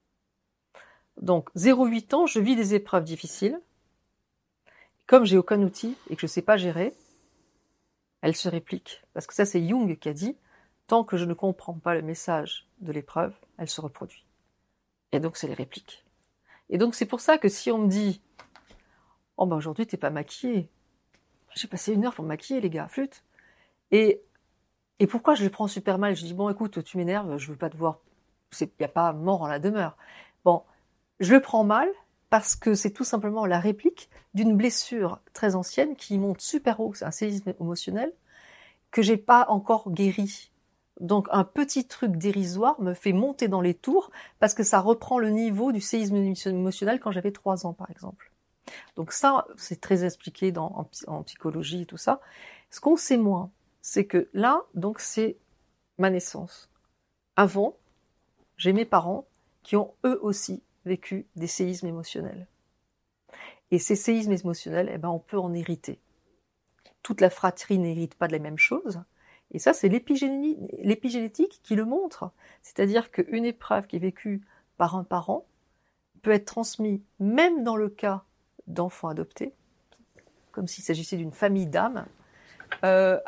Donc, zéro à huit ans, je vis des épreuves difficiles. Comme j'ai aucun outil et que je ne sais pas gérer, elles se répliquent. Parce que ça, c'est Jung qui a dit, tant que je ne comprends pas le message de l'épreuve, elle se reproduit. Et donc, c'est les répliques. Et donc, c'est pour ça que si on me dit, oh ben aujourd'hui, t'es pas maquillée. J'ai passé une heure pour me maquiller, les gars, flûte. Et, et pourquoi je le prends super mal? Je dis, bon, écoute, tu m'énerves, je veux pas te voir. Il n'y a pas mort en la demeure. Bon, je le prends mal parce que c'est tout simplement la réplique d'une blessure très ancienne qui monte super haut, c'est un séisme émotionnel, que j'ai pas encore guéri. Donc un petit truc dérisoire me fait monter dans les tours parce que ça reprend le niveau du séisme émotionnel quand j'avais trois ans, par exemple. Donc ça, c'est très expliqué dans, en, en psychologie et tout ça. Ce qu'on sait moins, c'est que là, donc c'est ma naissance. Avant, j'ai mes parents qui ont eux aussi vécu des séismes émotionnels. Et ces séismes émotionnels, eh ben, on peut en hériter. Toute la fratrie n'hérite pas de la même chose. Et ça, c'est l'épigénétique qui le montre. C'est-à-dire qu'une épreuve qui est vécue par un parent peut être transmise, même dans le cas d'enfants adoptés, comme s'il s'agissait d'une famille d'âmes, euh,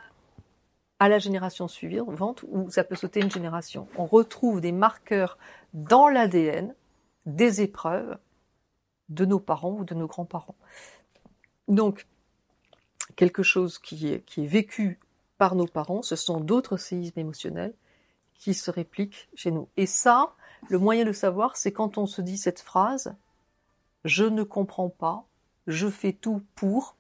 à la génération suivante, où ça peut sauter une génération. On retrouve des marqueurs dans l'A D N des épreuves de nos parents ou de nos grands-parents. Donc, quelque chose qui est, qui est vécu par nos parents, ce sont d'autres séismes émotionnels qui se répliquent chez nous. Et ça, le moyen de savoir, c'est quand on se dit cette phrase « Je ne comprends pas, je fais tout pour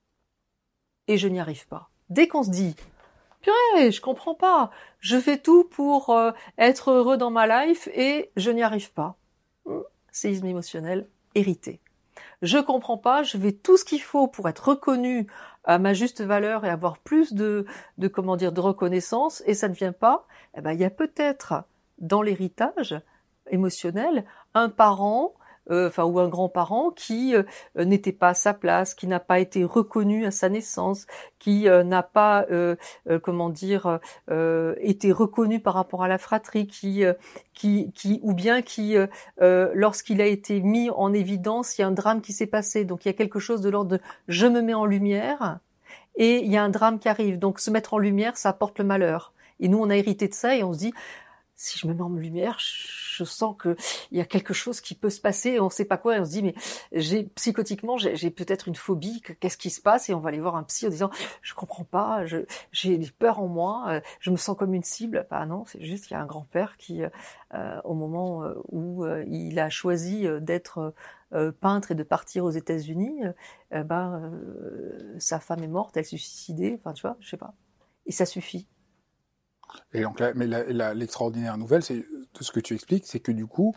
et je n'y arrive pas ». Dès qu'on se dit « Purée, je comprends pas, je fais tout pour euh, être heureux dans ma life et je n'y arrive pas ». Séisme émotionnel hérité. je comprends pas, je vais tout ce qu'il faut pour être reconnu à ma juste valeur et avoir plus de, de comment dire, de reconnaissance, et ça ne vient pas. Eh ben, il y a peut-être dans l'héritage émotionnel un parent, euh, enfin ou un grand-parent qui euh, n'était pas à sa place, qui n'a pas été reconnu à sa naissance, qui euh, n'a pas, euh, euh, comment dire, euh, été reconnu par rapport à la fratrie, qui, euh, qui, qui, ou bien qui, euh, euh, lorsqu'il a été mis en évidence, il y a un drame qui s'est passé. Donc il y a quelque chose de l'ordre de je me mets en lumière et il y a un drame qui arrive. Donc se mettre en lumière, ça apporte le malheur. Et nous, on a hérité de ça et on se dit, si je me mets en lumière, je sens que il y a quelque chose qui peut se passer et on sait pas quoi et on se dit mais j'ai psychotiquement j'ai, j'ai peut-être une phobie, que, qu'est-ce qui se passe, et on va aller voir un psy en disant je comprends pas, je j'ai des peurs en moi, euh, je me sens comme une cible. Bah non, c'est juste qu'il y a un grand-père qui euh, au moment où euh, il a choisi d'être euh, peintre et de partir aux États-Unis, euh, bah euh, sa femme est morte, elle s'est suicidée, enfin tu vois, je sais pas. Et ça suffit.
Et donc, la, mais la, la, l'extraordinaire nouvelle, c'est de ce que tu expliques, c'est que du coup,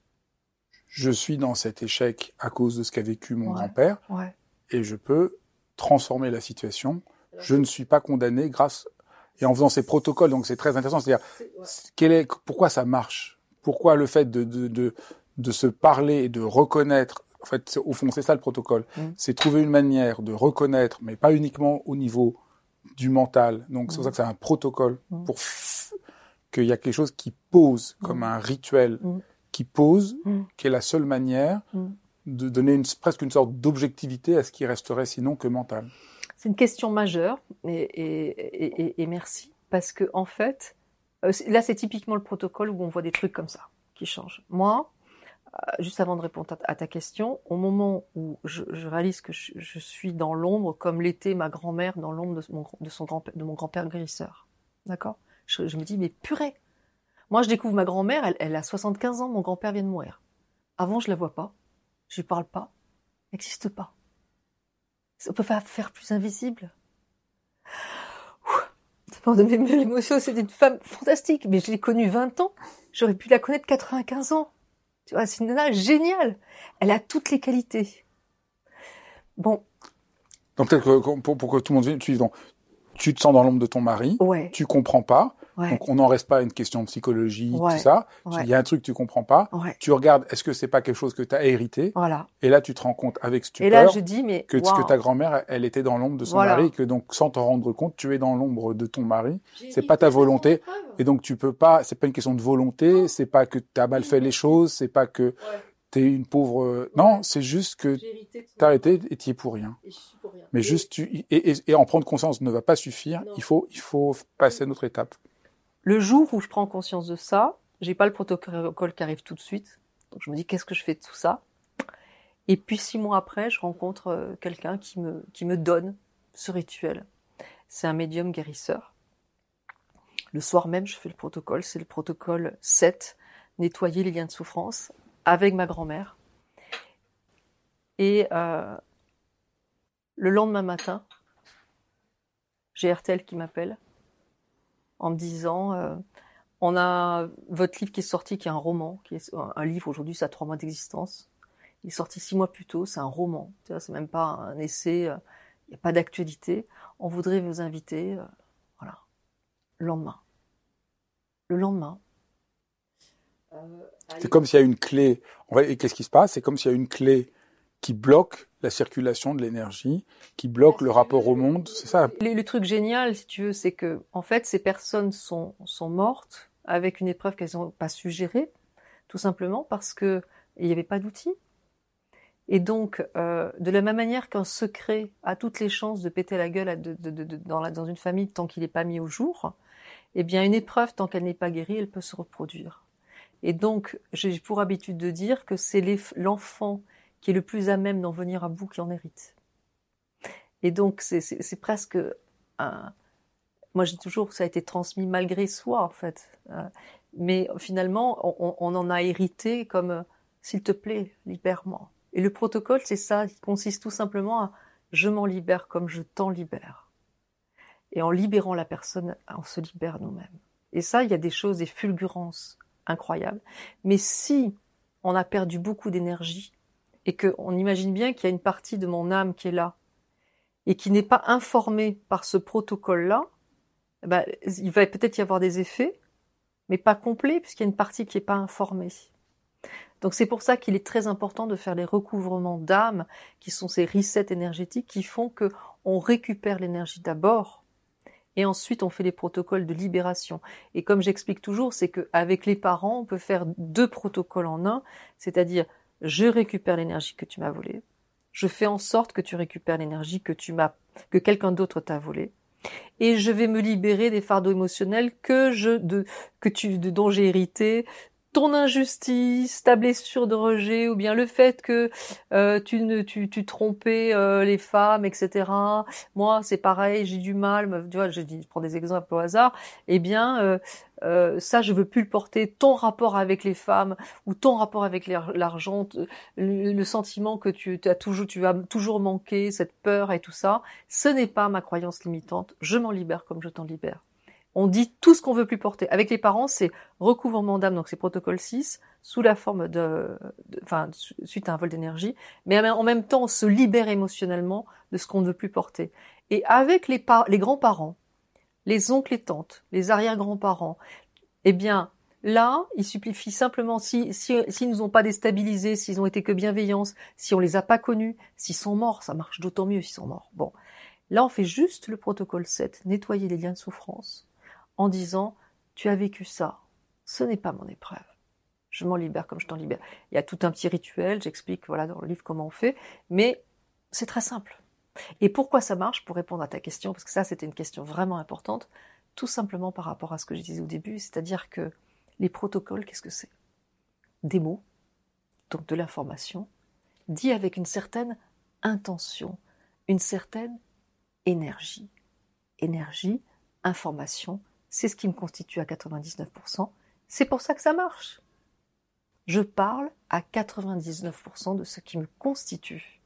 je suis dans cet échec à cause de ce qu'a vécu mon
Ouais,
grand-père,
ouais.
et je peux transformer la situation. Je ne suis pas condamné grâce, et en faisant ces protocoles, donc c'est très intéressant, c'est-à-dire, c'est, ouais. quel est, pourquoi ça marche? Pourquoi le fait de, de, de, de se parler et de reconnaître, en fait, au fond, c'est ça le protocole, mmh. c'est trouver une manière de reconnaître, mais pas uniquement au niveau du mental. Donc, c'est pour ça que c'est un protocole mmh. pour f- qu'il y a quelque chose qui pose, mmh. comme un rituel mmh. qui pose, mmh. qui est la seule manière mmh. de donner une, presque une sorte d'objectivité à ce qui resterait sinon que mental.
C'est une question majeure, et, et, et, et merci, parce que en fait, euh, là, c'est typiquement le protocole où on voit des trucs comme ça qui changent. Moi, euh, juste avant de répondre à ta question, au moment où je, je réalise que je, je suis dans l'ombre, comme l'était ma grand-mère dans l'ombre de mon, de son grand, de mon grand-père guérisseur, d'accord, je, je me dis, mais purée, moi je découvre ma grand-mère, elle, elle a soixante-quinze ans, mon grand-père vient de mourir. Avant, je la vois pas, je lui parle pas, elle n'existe pas. On peut pas faire plus invisible. Ouh, de mes émotions, c'était une femme fantastique, mais je l'ai connue vingt ans, j'aurais pu la connaître quatre-vingt-quinze ans. Tu vois, c'est une nana géniale. Elle a toutes les qualités. Bon.
Donc peut-être que pour, pour que tout le monde suive, donc tu te sens dans l'ombre de ton mari,
ouais.
tu comprends pas,
ouais.
donc on n'en reste pas à une question de psychologie,
ouais.
tout ça.
Ouais.
Il y a un truc que tu comprends pas,
ouais.
tu regardes, est-ce que c'est pas quelque chose que tu as hérité?
Voilà.
Et là tu te rends compte avec stupeur
et là, je dis, mais,
que,
wow.
que ta grand-mère, elle était dans l'ombre de son
voilà.
mari, et que donc sans t'en rendre compte, tu es dans l'ombre de ton mari. J'ai c'est pas ta volonté, et donc tu peux pas. C'est pas une question de volonté, non. c'est pas que tu as mal fait les choses, c'est pas que ouais. t'es une pauvre. Ouais. Non, c'est juste que t'as arrêté et t'y es pour rien.
Et je suis pour rien.
Mais et... juste tu et, et, et en prendre conscience ne va pas suffire. Non. Il faut il faut passer à notre étape.
Le jour où je prends conscience de ça, j'ai pas le protocole qui arrive tout de suite. Donc je me dis qu'est-ce que je fais de tout ça. Et puis six mois après, je rencontre quelqu'un qui me qui me donne ce rituel. C'est un médium guérisseur. Le soir même, je fais le protocole. C'est le protocole sept, nettoyer les liens de souffrance, avec ma grand-mère. Et euh, le lendemain matin, j'ai R T L qui m'appelle en me disant euh, on a votre livre qui est sorti, qui est un roman, qui est un livre aujourd'hui, ça a trois mois d'existence. Il est sorti six mois plus tôt, c'est un roman. Tu vois, c'est même pas un essai, il euh, n'y a pas d'actualité. On voudrait vous inviter, euh, voilà, le lendemain. Le lendemain.
Euh, c'est comme s'il y a une clé. Et qu'est-ce qui se passe? C'est comme s'il y a une clé qui bloque la circulation de l'énergie, qui bloque le rapport au monde. C'est ça.
Le, le truc génial, si tu veux, c'est que, en fait, ces personnes sont, sont mortes avec une épreuve qu'elles n'ont pas su gérer, tout simplement parce que il n'y avait pas d'outils. Et donc, euh, de la même manière qu'un secret a toutes les chances de péter la gueule à de, de, de, de, dans, la, dans une famille tant qu'il n'est pas mis au jour, eh bien, une épreuve, tant qu'elle n'est pas guérie, elle peut se reproduire. Et donc, j'ai pour habitude de dire que c'est les, l'enfant qui est le plus à même d'en venir à bout qui en hérite. Et donc, c'est, c'est, c'est presque un... Moi, je dis toujours que ça a été transmis malgré soi, en fait. Mais finalement, on, on en a hérité comme « s'il te plaît, libère-moi ». Et le protocole, c'est ça, il consiste tout simplement à « je m'en libère comme je t'en libère ». Et en libérant la personne, on se libère nous-mêmes. Et ça, il y a des choses, des fulgurances incroyables. Mais si on a perdu beaucoup d'énergie, et qu'on imagine bien qu'il y a une partie de mon âme qui est là, et qui n'est pas informée par ce protocole-là, eh ben, il va peut-être y avoir des effets, mais pas complets, puisqu'il y a une partie qui n'est pas informée. Donc c'est pour ça qu'il est très important de faire les recouvrements d'âme, qui sont ces resets énergétiques qui font qu'on récupère l'énergie d'abord, et ensuite on fait les protocoles de libération. Et comme j'explique toujours, c'est qu'avec les parents, on peut faire deux protocoles en un, c'est-à-dire je récupère l'énergie que tu m'as volée, je fais en sorte que tu récupères l'énergie que tu m'as, que quelqu'un d'autre t'a volée, et je vais me libérer des fardeaux émotionnels que je, de, que tu, de, dont j'ai hérité, ton injustice, ta blessure de rejet, ou bien le fait que euh, tu ne tu, tu trompais euh, les femmes, et cetera. Moi, c'est pareil, j'ai du mal. Tu vois, je, dis, je prends des exemples au hasard. Eh bien, euh, euh, ça, je veux plus le porter. Ton rapport avec les femmes ou ton rapport avec l'argent, le, le sentiment que tu as toujours, tu as toujours manqué, cette peur et tout ça, ce n'est pas ma croyance limitante. Je m'en libère comme je t'en libère. On dit tout ce qu'on veut plus porter. Avec les parents, c'est recouvrement d'âme, donc c'est protocole six, sous la forme de, de enfin, suite à un vol d'énergie, mais en même temps, on se libère émotionnellement de ce qu'on ne veut plus porter. Et avec les, par- les grands-parents, les oncles et tantes, les arrière-grands-parents, eh bien, là, il suffit simplement, si, si, s'ils nous ont pas déstabilisés, s'ils ont été que bienveillance, si on les a pas connus, s'ils sont morts, ça marche d'autant mieux s'ils sont morts. Bon. Là, on fait juste le protocole sept, nettoyer les liens de souffrance, en disant, tu as vécu ça, ce n'est pas mon épreuve. Je m'en libère comme je t'en libère. Il y a tout un petit rituel, j'explique voilà dans le livre comment on fait, mais c'est très simple. Et pourquoi ça marche? Pour répondre à ta question, parce que ça c'était une question vraiment importante, tout simplement par rapport à ce que je disais au début, c'est-à-dire que les protocoles, qu'est-ce que c'est? Des mots, donc de l'information, dit avec une certaine intention, une certaine énergie. Énergie, information, c'est ce qui me constitue à quatre-vingt-dix-neuf pour cent. C'est pour ça que ça marche. Je parle à quatre-vingt-dix-neuf pour cent de ce qui me constitue.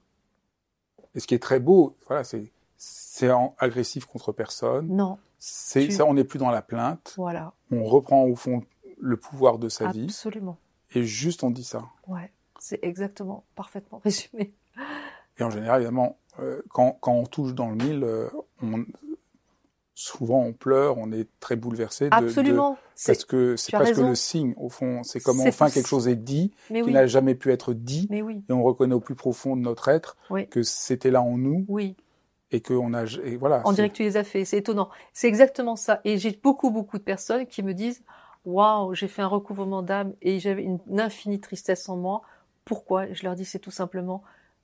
Et ce qui est très beau, voilà, c'est c'est agressif contre personne.
Non.
C'est
tu...
ça, on n'est plus dans la plainte.
Voilà.
On reprend au fond le pouvoir de sa vie.
Absolument.
Et juste on dit ça.
Ouais, c'est exactement, parfaitement résumé.
Et en général, évidemment, euh, quand, quand on touche dans le mille, euh, on, souvent on pleure, on est très bouleversé. De,
Absolument.
De, parce que c'est presque raison. Le signe, au fond. C'est comme enfin quelque chose est dit,
Mais
qui
oui.
n'a jamais pu être dit.
Mais oui.
Et on reconnaît au plus profond de notre être
oui.
que c'était là en nous.
Oui.
Et qu'on a, et voilà.
On dirait que tu les as fait. C'est étonnant. C'est exactement ça. Et j'ai beaucoup, beaucoup de personnes qui me disent, waouh, j'ai fait un recouvrement d'âme et j'avais une, une infinie tristesse en moi. Pourquoi? Je leur dis, c'est tout simplement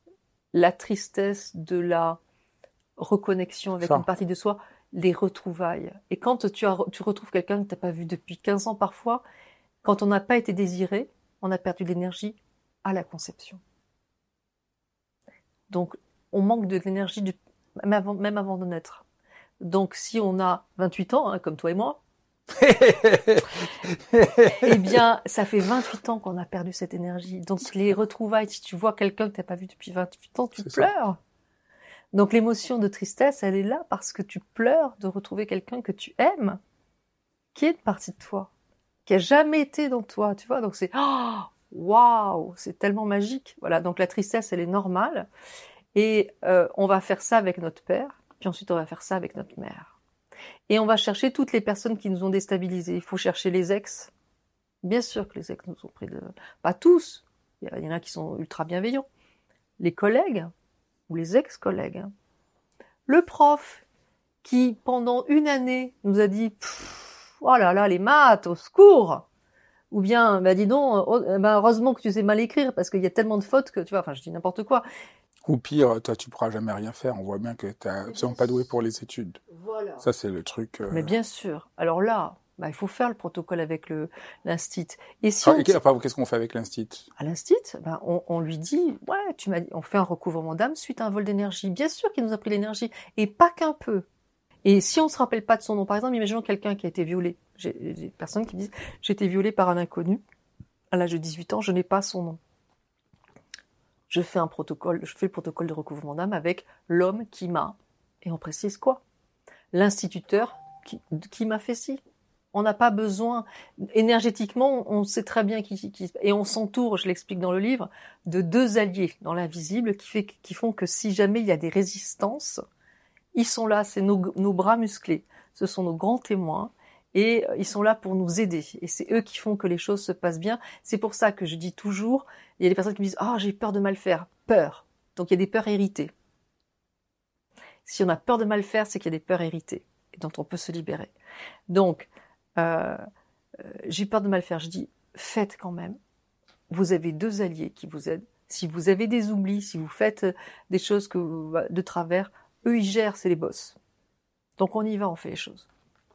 la tristesse de la reconnexion avec ça. Une partie de soi, les retrouvailles. Et quand tu, as, tu retrouves quelqu'un que tu n'as pas vu depuis quinze ans parfois, quand on n'a pas été désiré, on a perdu de l'énergie à la conception. Donc, on manque de l'énergie du, même, avant, même avant de naître. Donc, si on a vingt-huit ans, hein, comme toi et moi, eh bien, ça fait vingt-huit ans qu'on a perdu cette énergie. Donc, les retrouvailles, si tu vois quelqu'un que tu n'as pas vu depuis vingt-huit ans, tu C'est pleures. Ça. Donc, l'émotion de tristesse, elle est là parce que tu pleures de retrouver quelqu'un que tu aimes, qui est une partie de toi, qui a jamais été dans toi, tu vois. Donc, c'est oh, waouh, c'est tellement magique. Voilà. Donc, la tristesse, elle est normale. Et euh, on va faire ça avec notre père, puis ensuite, on va faire ça avec notre mère. Et on va chercher toutes les personnes qui nous ont déstabilisés. Il faut chercher les ex. Bien sûr que les ex nous ont pris de... Pas tous. Il y en a qui sont ultra bienveillants. Les collègues ou les ex-collègues. Le prof qui, pendant une année, nous a dit « Oh là là, les maths, au secours !» Ou bien, bah dis donc, oh, bah heureusement que tu sais mal écrire parce qu'il y a tellement de fautes que, tu vois, enfin, je dis n'importe quoi.
Ou pire, toi, tu pourras jamais rien faire. On voit bien que tu n'es absolument pas doué pour les études.
Voilà.
Ça, c'est le truc... Euh...
Mais bien sûr. Alors là, bah, il faut faire le protocole avec le, l'instit. Et si
ah,
on...
et qu'est-ce qu'on fait avec l'instit?
À l'instit, bah, on, on lui dit, ouais, tu m'as dit, on fait un recouvrement d'âme suite à un vol d'énergie. Bien sûr qu'il nous a pris l'énergie. Et pas qu'un peu. Et si on se rappelle pas de son nom, par exemple, imaginons quelqu'un qui a été violé. J'ai des personnes qui disent, j'ai été violée par un inconnu. À l'âge de dix-huit ans, je n'ai pas son nom. Je fais un protocole, je fais le protocole de recouvrement d'âme avec l'homme qui m'a, et on précise quoi? L'instituteur qui, qui m'a fait ci. On n'a pas besoin, énergétiquement, on sait très bien qui, qui et on s'entoure, je l'explique dans le livre, de deux alliés dans l'invisible qui fait, qui font que si jamais il y a des résistances, ils sont là, c'est nos, nos bras musclés, ce sont nos grands témoins et ils sont là pour nous aider et c'est eux qui font que les choses se passent bien. C'est pour ça que je dis toujours, il y a des personnes qui me disent ah oh, j'ai peur de mal faire, peur. Donc il y a des peurs héritées. Si on a peur de mal faire, c'est qu'il y a des peurs héritées et dont on peut se libérer. Donc Euh, euh, j'ai peur de mal faire, je dis faites quand même. Vous avez deux alliés qui vous aident. Si vous avez des oublis, si vous faites des choses que vous, de travers, eux ils gèrent, c'est les boss. Donc on y va, on fait les choses.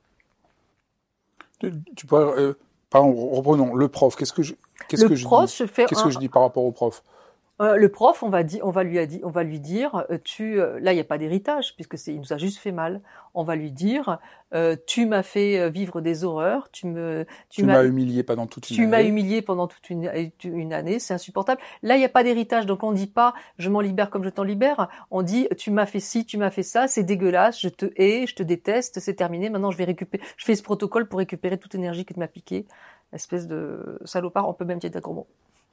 Tu, tu pourrais, euh, pardon, reprenons le prof. Qu'est-ce que je, qu'est-ce
le
que je
prof,
dis
je fais
Qu'est-ce
un,
que je dis par rapport au prof?
Euh, le prof, on va dire, on va lui a dit, on va lui dire, euh, tu, euh, là il n'y a pas d'héritage puisque c'est, il nous a juste fait mal. On va lui dire, euh, tu m'as fait vivre des horreurs, tu me,
tu, tu m'as humilié pendant toute une
tu
année.
m'as humilié pendant toute une, une année, c'est insupportable. Là il n'y a pas d'héritage, donc on dit pas, je m'en libère comme je t'en libère. On dit, tu m'as fait ci, tu m'as fait ça, c'est dégueulasse, je te hais, je te déteste, c'est terminé. Maintenant je vais récupérer, je fais ce protocole pour récupérer toute énergie que tu m'as piquée, espèce de salopard. On peut même dire d'un gros mot.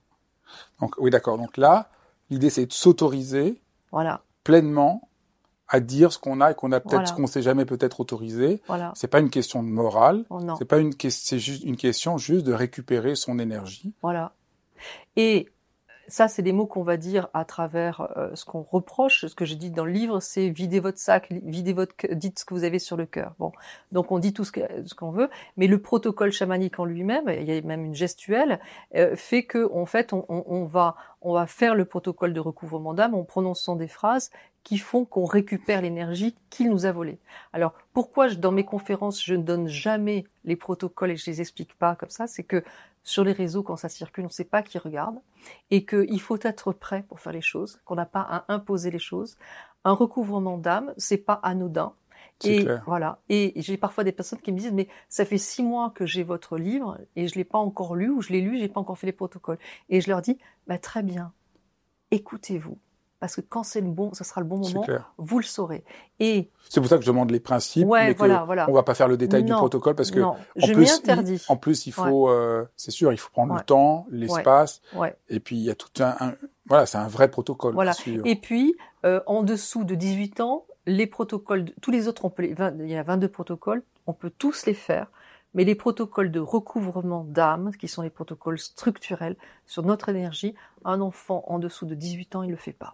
Donc oui, d'accord. Donc là. L'idée, c'est de s'autoriser
voilà.
pleinement à dire ce qu'on a et qu'on a peut-être,
voilà.
ce qu'on s'est jamais peut-être autorisé.
Voilà.
C'est pas une question de morale.
Oh, non.
C'est pas une question, c'est juste une question juste de récupérer son énergie.
Voilà. Et ça, c'est des mots qu'on va dire à travers euh, ce qu'on reproche. Ce que j'ai dit dans le livre, c'est videz votre sac, videz votre, dites ce que vous avez sur le cœur. Bon, donc on dit tout ce, que, ce qu'on veut, mais le protocole chamanique en lui-même, il y a même une gestuelle, euh, fait que en fait, on, on, on va, on va faire le protocole de recouvrement d'âme en prononçant des phrases qui font qu'on récupère l'énergie qu'il nous a volée. Alors, pourquoi je, dans mes conférences, je ne donne jamais les protocoles et je les explique pas comme ça, c'est que sur les réseaux, quand ça circule, on ne sait pas qui regarde, et qu'il faut être prêt pour faire les choses, qu'on n'a pas à imposer les choses. Un recouvrement d'âme, c'est pas anodin.
C'est
et
clair.
voilà. Et j'ai parfois des personnes qui me disent, mais ça fait six mois que j'ai votre livre et je l'ai pas encore lu, ou je l'ai lu, j'ai pas encore fait les protocoles. Et je leur dis, bah très bien, écoutez-vous. Parce que quand c'est le bon, ça sera le bon moment, vous le saurez. Et
c'est pour ça que je demande les principes,
ouais,
mais
voilà,
que
voilà.
on va pas faire le détail
non,
du protocole parce que
non,
en
je
plus,
m'y interdis.
Il, en plus, il faut, ouais. euh, c'est sûr, il faut prendre
ouais.
le temps, l'espace,
ouais. Ouais.
et puis il y a tout un, un voilà, c'est un vrai protocole.
Voilà.
Sûr.
Et puis euh, en dessous de dix-huit ans, les protocoles, de, tous les autres, on peut les, vingt, il y a vingt-deux protocoles, on peut tous les faire. Mais les protocoles de recouvrement d'âme, qui sont les protocoles structurels sur notre énergie, un enfant en dessous de dix-huit ans, il le fait pas.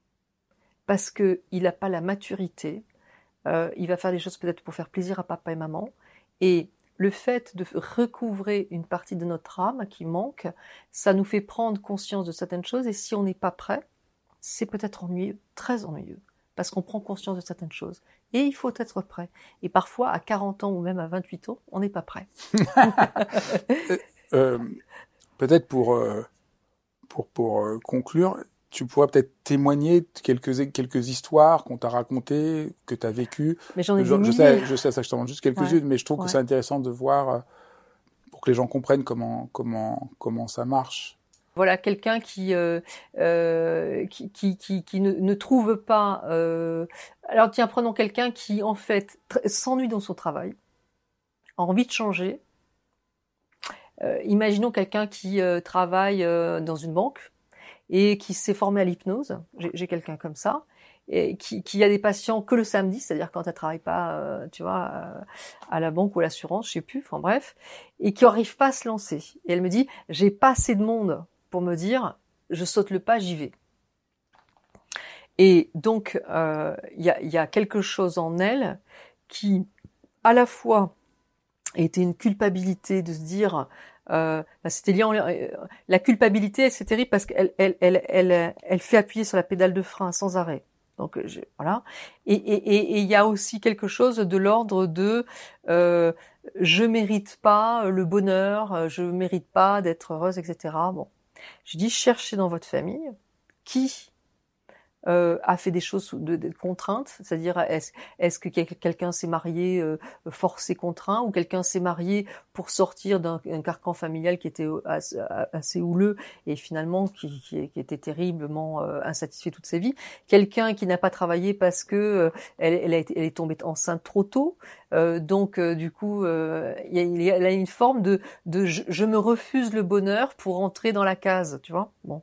Parce que il n'a pas la maturité, euh, il va faire des choses peut-être pour faire plaisir à papa et maman, et le fait de recouvrer une partie de notre âme qui manque, ça nous fait prendre conscience de certaines choses, et si on n'est pas prêt, c'est peut-être ennuyeux, très ennuyeux, parce qu'on prend conscience de certaines choses. Et il faut être prêt. Et parfois, à quarante ans ou même à vingt-huit ans, on n'est pas prêt.
euh, peut-être pour, euh, pour, pour euh, conclure, tu pourrais peut-être témoigner de quelques, quelques histoires qu'on t'a racontées, que tu as vécues.
Mais j'en ai
je,
des
je
milliers.
sais, je sais, ça, je t'en demande juste quelques-unes, ouais. mais je trouve
ouais.
que c'est intéressant de voir, pour que les gens comprennent comment, comment, comment ça marche.
Voilà, quelqu'un qui, euh, euh, qui, qui, qui, qui ne, ne trouve pas... Euh... Alors tiens, prenons quelqu'un qui, en fait, s'ennuie dans son travail, a envie de changer. Euh, imaginons quelqu'un qui euh, travaille euh, dans une banque, et qui s'est formé à l'hypnose, j'ai, j'ai quelqu'un comme ça, et qui, qui a des patients que le samedi, c'est-à-dire quand elle travaille pas, euh, tu vois, euh, à la banque ou à l'assurance, je sais plus, enfin bref, et qui n'arrive pas à se lancer. Et elle me dit, j'ai pas assez de monde pour me dire, je saute le pas, j'y vais. Et donc, il euh, y, a, y a quelque chose en elle qui, à la fois, était une culpabilité de se dire... Euh, c'était lié en, euh, la culpabilité, c'est terrible parce qu'elle, elle, elle, elle, elle fait appuyer sur la pédale de frein sans arrêt. Donc je, voilà. Et il et, et, et y a aussi quelque chose de l'ordre de euh, je mérite pas le bonheur, je mérite pas d'être heureuse, et cetera. Bon, je dis cherchez dans votre famille qui euh, a fait des choses de, de contraintes, c'est-à-dire est-ce, est-ce que quelqu'un s'est marié euh, forcé contraint, ou quelqu'un s'est marié pour sortir d'un un carcan familial qui était assez, assez houleux et finalement qui, qui, qui était terriblement euh, insatisfait toute sa vie, quelqu'un qui n'a pas travaillé parce que euh, elle, elle, a été, elle est tombée enceinte trop tôt, euh, donc euh, du coup euh, il, y a, il y a une forme de, de je, je me refuse le bonheur pour entrer dans la case, tu vois. Bon.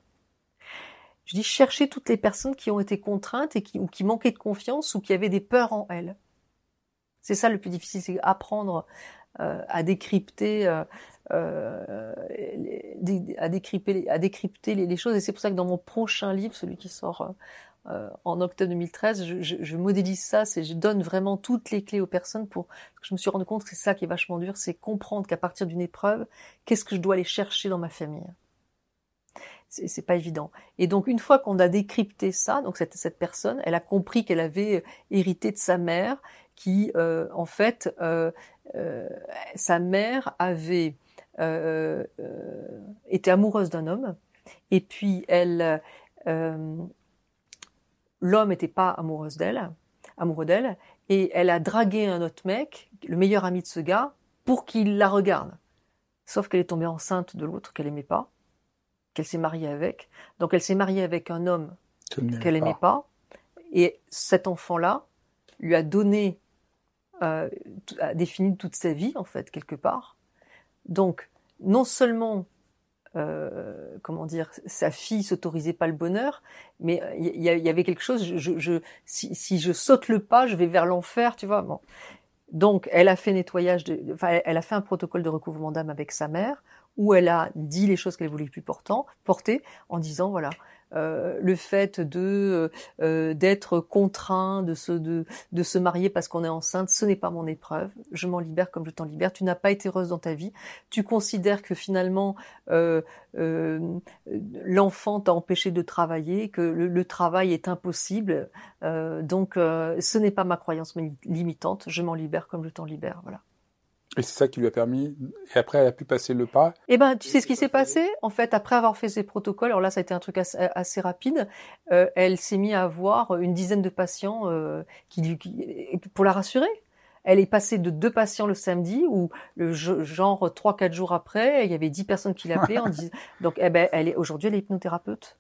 Je dis chercher toutes les personnes qui ont été contraintes et qui, ou qui manquaient de confiance ou qui avaient des peurs en elles. C'est ça le plus difficile, c'est apprendre euh, à décrypter, euh, euh, les, à décrypter, à décrypter les, les choses. Et c'est pour ça que dans mon prochain livre, celui qui sort euh, en octobre deux mille treize, je, je, je modélise ça, c'est je donne vraiment toutes les clés aux personnes pour. Je me suis rendu compte que c'est ça qui est vachement dur, c'est comprendre qu'à partir d'une épreuve, qu'est-ce que je dois aller chercher dans ma famille. C'est, c'est pas évident. Et donc une fois qu'on a décrypté ça, donc cette, cette personne, elle a compris qu'elle avait hérité de sa mère, qui euh, en fait, euh, euh, sa mère avait euh, euh, été amoureuse d'un homme, et puis elle, euh, l'homme n'était pas amoureuse d'elle, amoureux d'elle, et elle a dragué un autre mec, le meilleur ami de ce gars, pour qu'il la regarde. Sauf qu'elle est tombée enceinte de l'autre qu'elle aimait pas, qu'elle s'est mariée avec. Donc elle s'est mariée avec un homme qu'elle n'aimait pas. Et cet enfant-là lui a donné, euh, a défini toute sa vie, en fait, quelque part. Donc, non seulement, euh, comment dire, sa fille s'autorisait pas le bonheur, mais il y, y, y avait quelque chose, je, je, je, si, si je saute le pas, je vais vers l'enfer, tu vois. Bon. Donc, elle a fait nettoyage, de, enfin, elle a fait un protocole de recouvrement d'âme avec sa mère, où elle a dit les choses qu'elle voulait plus portant, porter, en disant voilà, euh, le fait de euh, d'être contraint de se de de se marier parce qu'on est enceinte, ce n'est pas mon épreuve. Je m'en libère comme je t'en libère. Tu n'as pas été heureuse dans ta vie. Tu considères que finalement euh, euh, l'enfant t'a empêché de travailler, que le, le travail est impossible. Euh, donc, euh, ce n'est pas ma croyance limitante. Je m'en libère comme je t'en libère. Voilà.
Et c'est ça qui lui a permis, et après elle a pu passer le pas.
Eh ben, tu sais ce qui s'est passé? En fait, après avoir fait ces protocoles, alors là, ça a été un truc assez, assez rapide, euh, elle s'est mise à avoir une dizaine de patients euh, qui, qui, pour la rassurer. Elle est passée de deux patients le samedi, où le genre trois, quatre jours après, il y avait dix personnes qui l'appelaient en disant, donc, eh ben, elle est, aujourd'hui, elle est hypnothérapeute.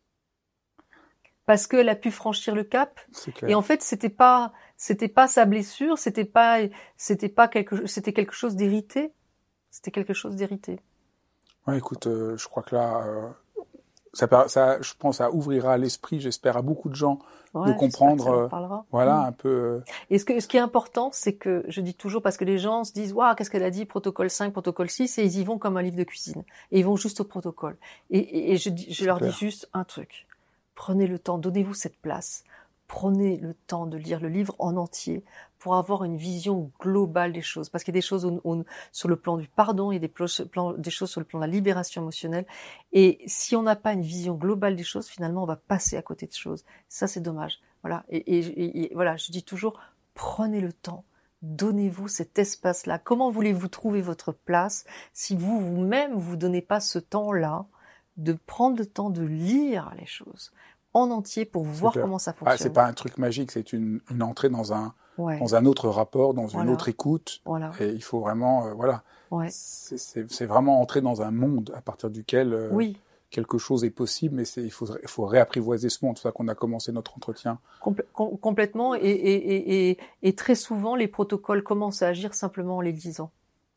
Parce qu'elle a pu franchir le cap. Et en fait, c'était pas, c'était pas sa blessure, c'était pas, c'était pas quelque, c'était quelque chose d'hérité. C'était quelque chose d'hérité.
Ouais, écoute, euh, je crois que là, euh, ça, ça, je pense, ça ouvrira l'esprit, j'espère, à beaucoup de gens ouais, de comprendre, euh, voilà, mmh. un peu. Euh...
Et ce que, ce qui est important, c'est que je dis toujours, parce que les gens se disent, waouh, qu'est-ce qu'elle a dit, protocole cinq, protocole six, et ils y vont comme un livre de cuisine, et ils vont juste au protocole. Et, et, et je, je leur clair. dis juste un truc. Prenez le temps, donnez-vous cette place. Prenez le temps de lire le livre en entier pour avoir une vision globale des choses. Parce qu'il y a des choses où, où, sur le plan du pardon, il y a des, plans, des choses sur le plan de la libération émotionnelle. Et si on n'a pas une vision globale des choses, finalement, on va passer à côté de choses. Ça, c'est dommage. Voilà. Et, et, et voilà, je dis toujours, prenez le temps. Donnez-vous cet espace-là. Comment voulez-vous trouver votre place si vous, vous-même, vous donnez pas ce temps-là de prendre le temps de lire les choses en entier pour c'est voir clair. Comment ça fonctionne.
Ah, c'est pas un truc magique, c'est une, une entrée dans un, ouais. dans un autre rapport, dans
voilà.
une autre écoute.
Voilà.
Et il faut vraiment, euh, voilà,
ouais.
c'est, c'est, c'est vraiment entrer dans un monde à partir duquel euh,
oui.
quelque chose est possible, mais c'est, il faut, il faut réapprivoiser ce monde. C'est ça qu'on a commencé notre entretien.
Complé- com- complètement, et, et, et, et, et très souvent, les protocoles commencent à agir simplement en les lisant.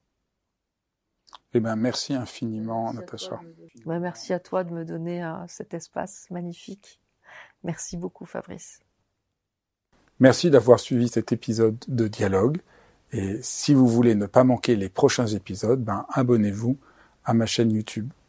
Eh ben, merci infiniment, merci Natacha.
Ben, merci à toi de me donner uh, cet espace magnifique. Merci beaucoup, Fabrice.
Merci d'avoir suivi cet épisode de Dialogue. Et si vous voulez ne pas manquer les prochains épisodes, ben, abonnez-vous à ma chaîne YouTube.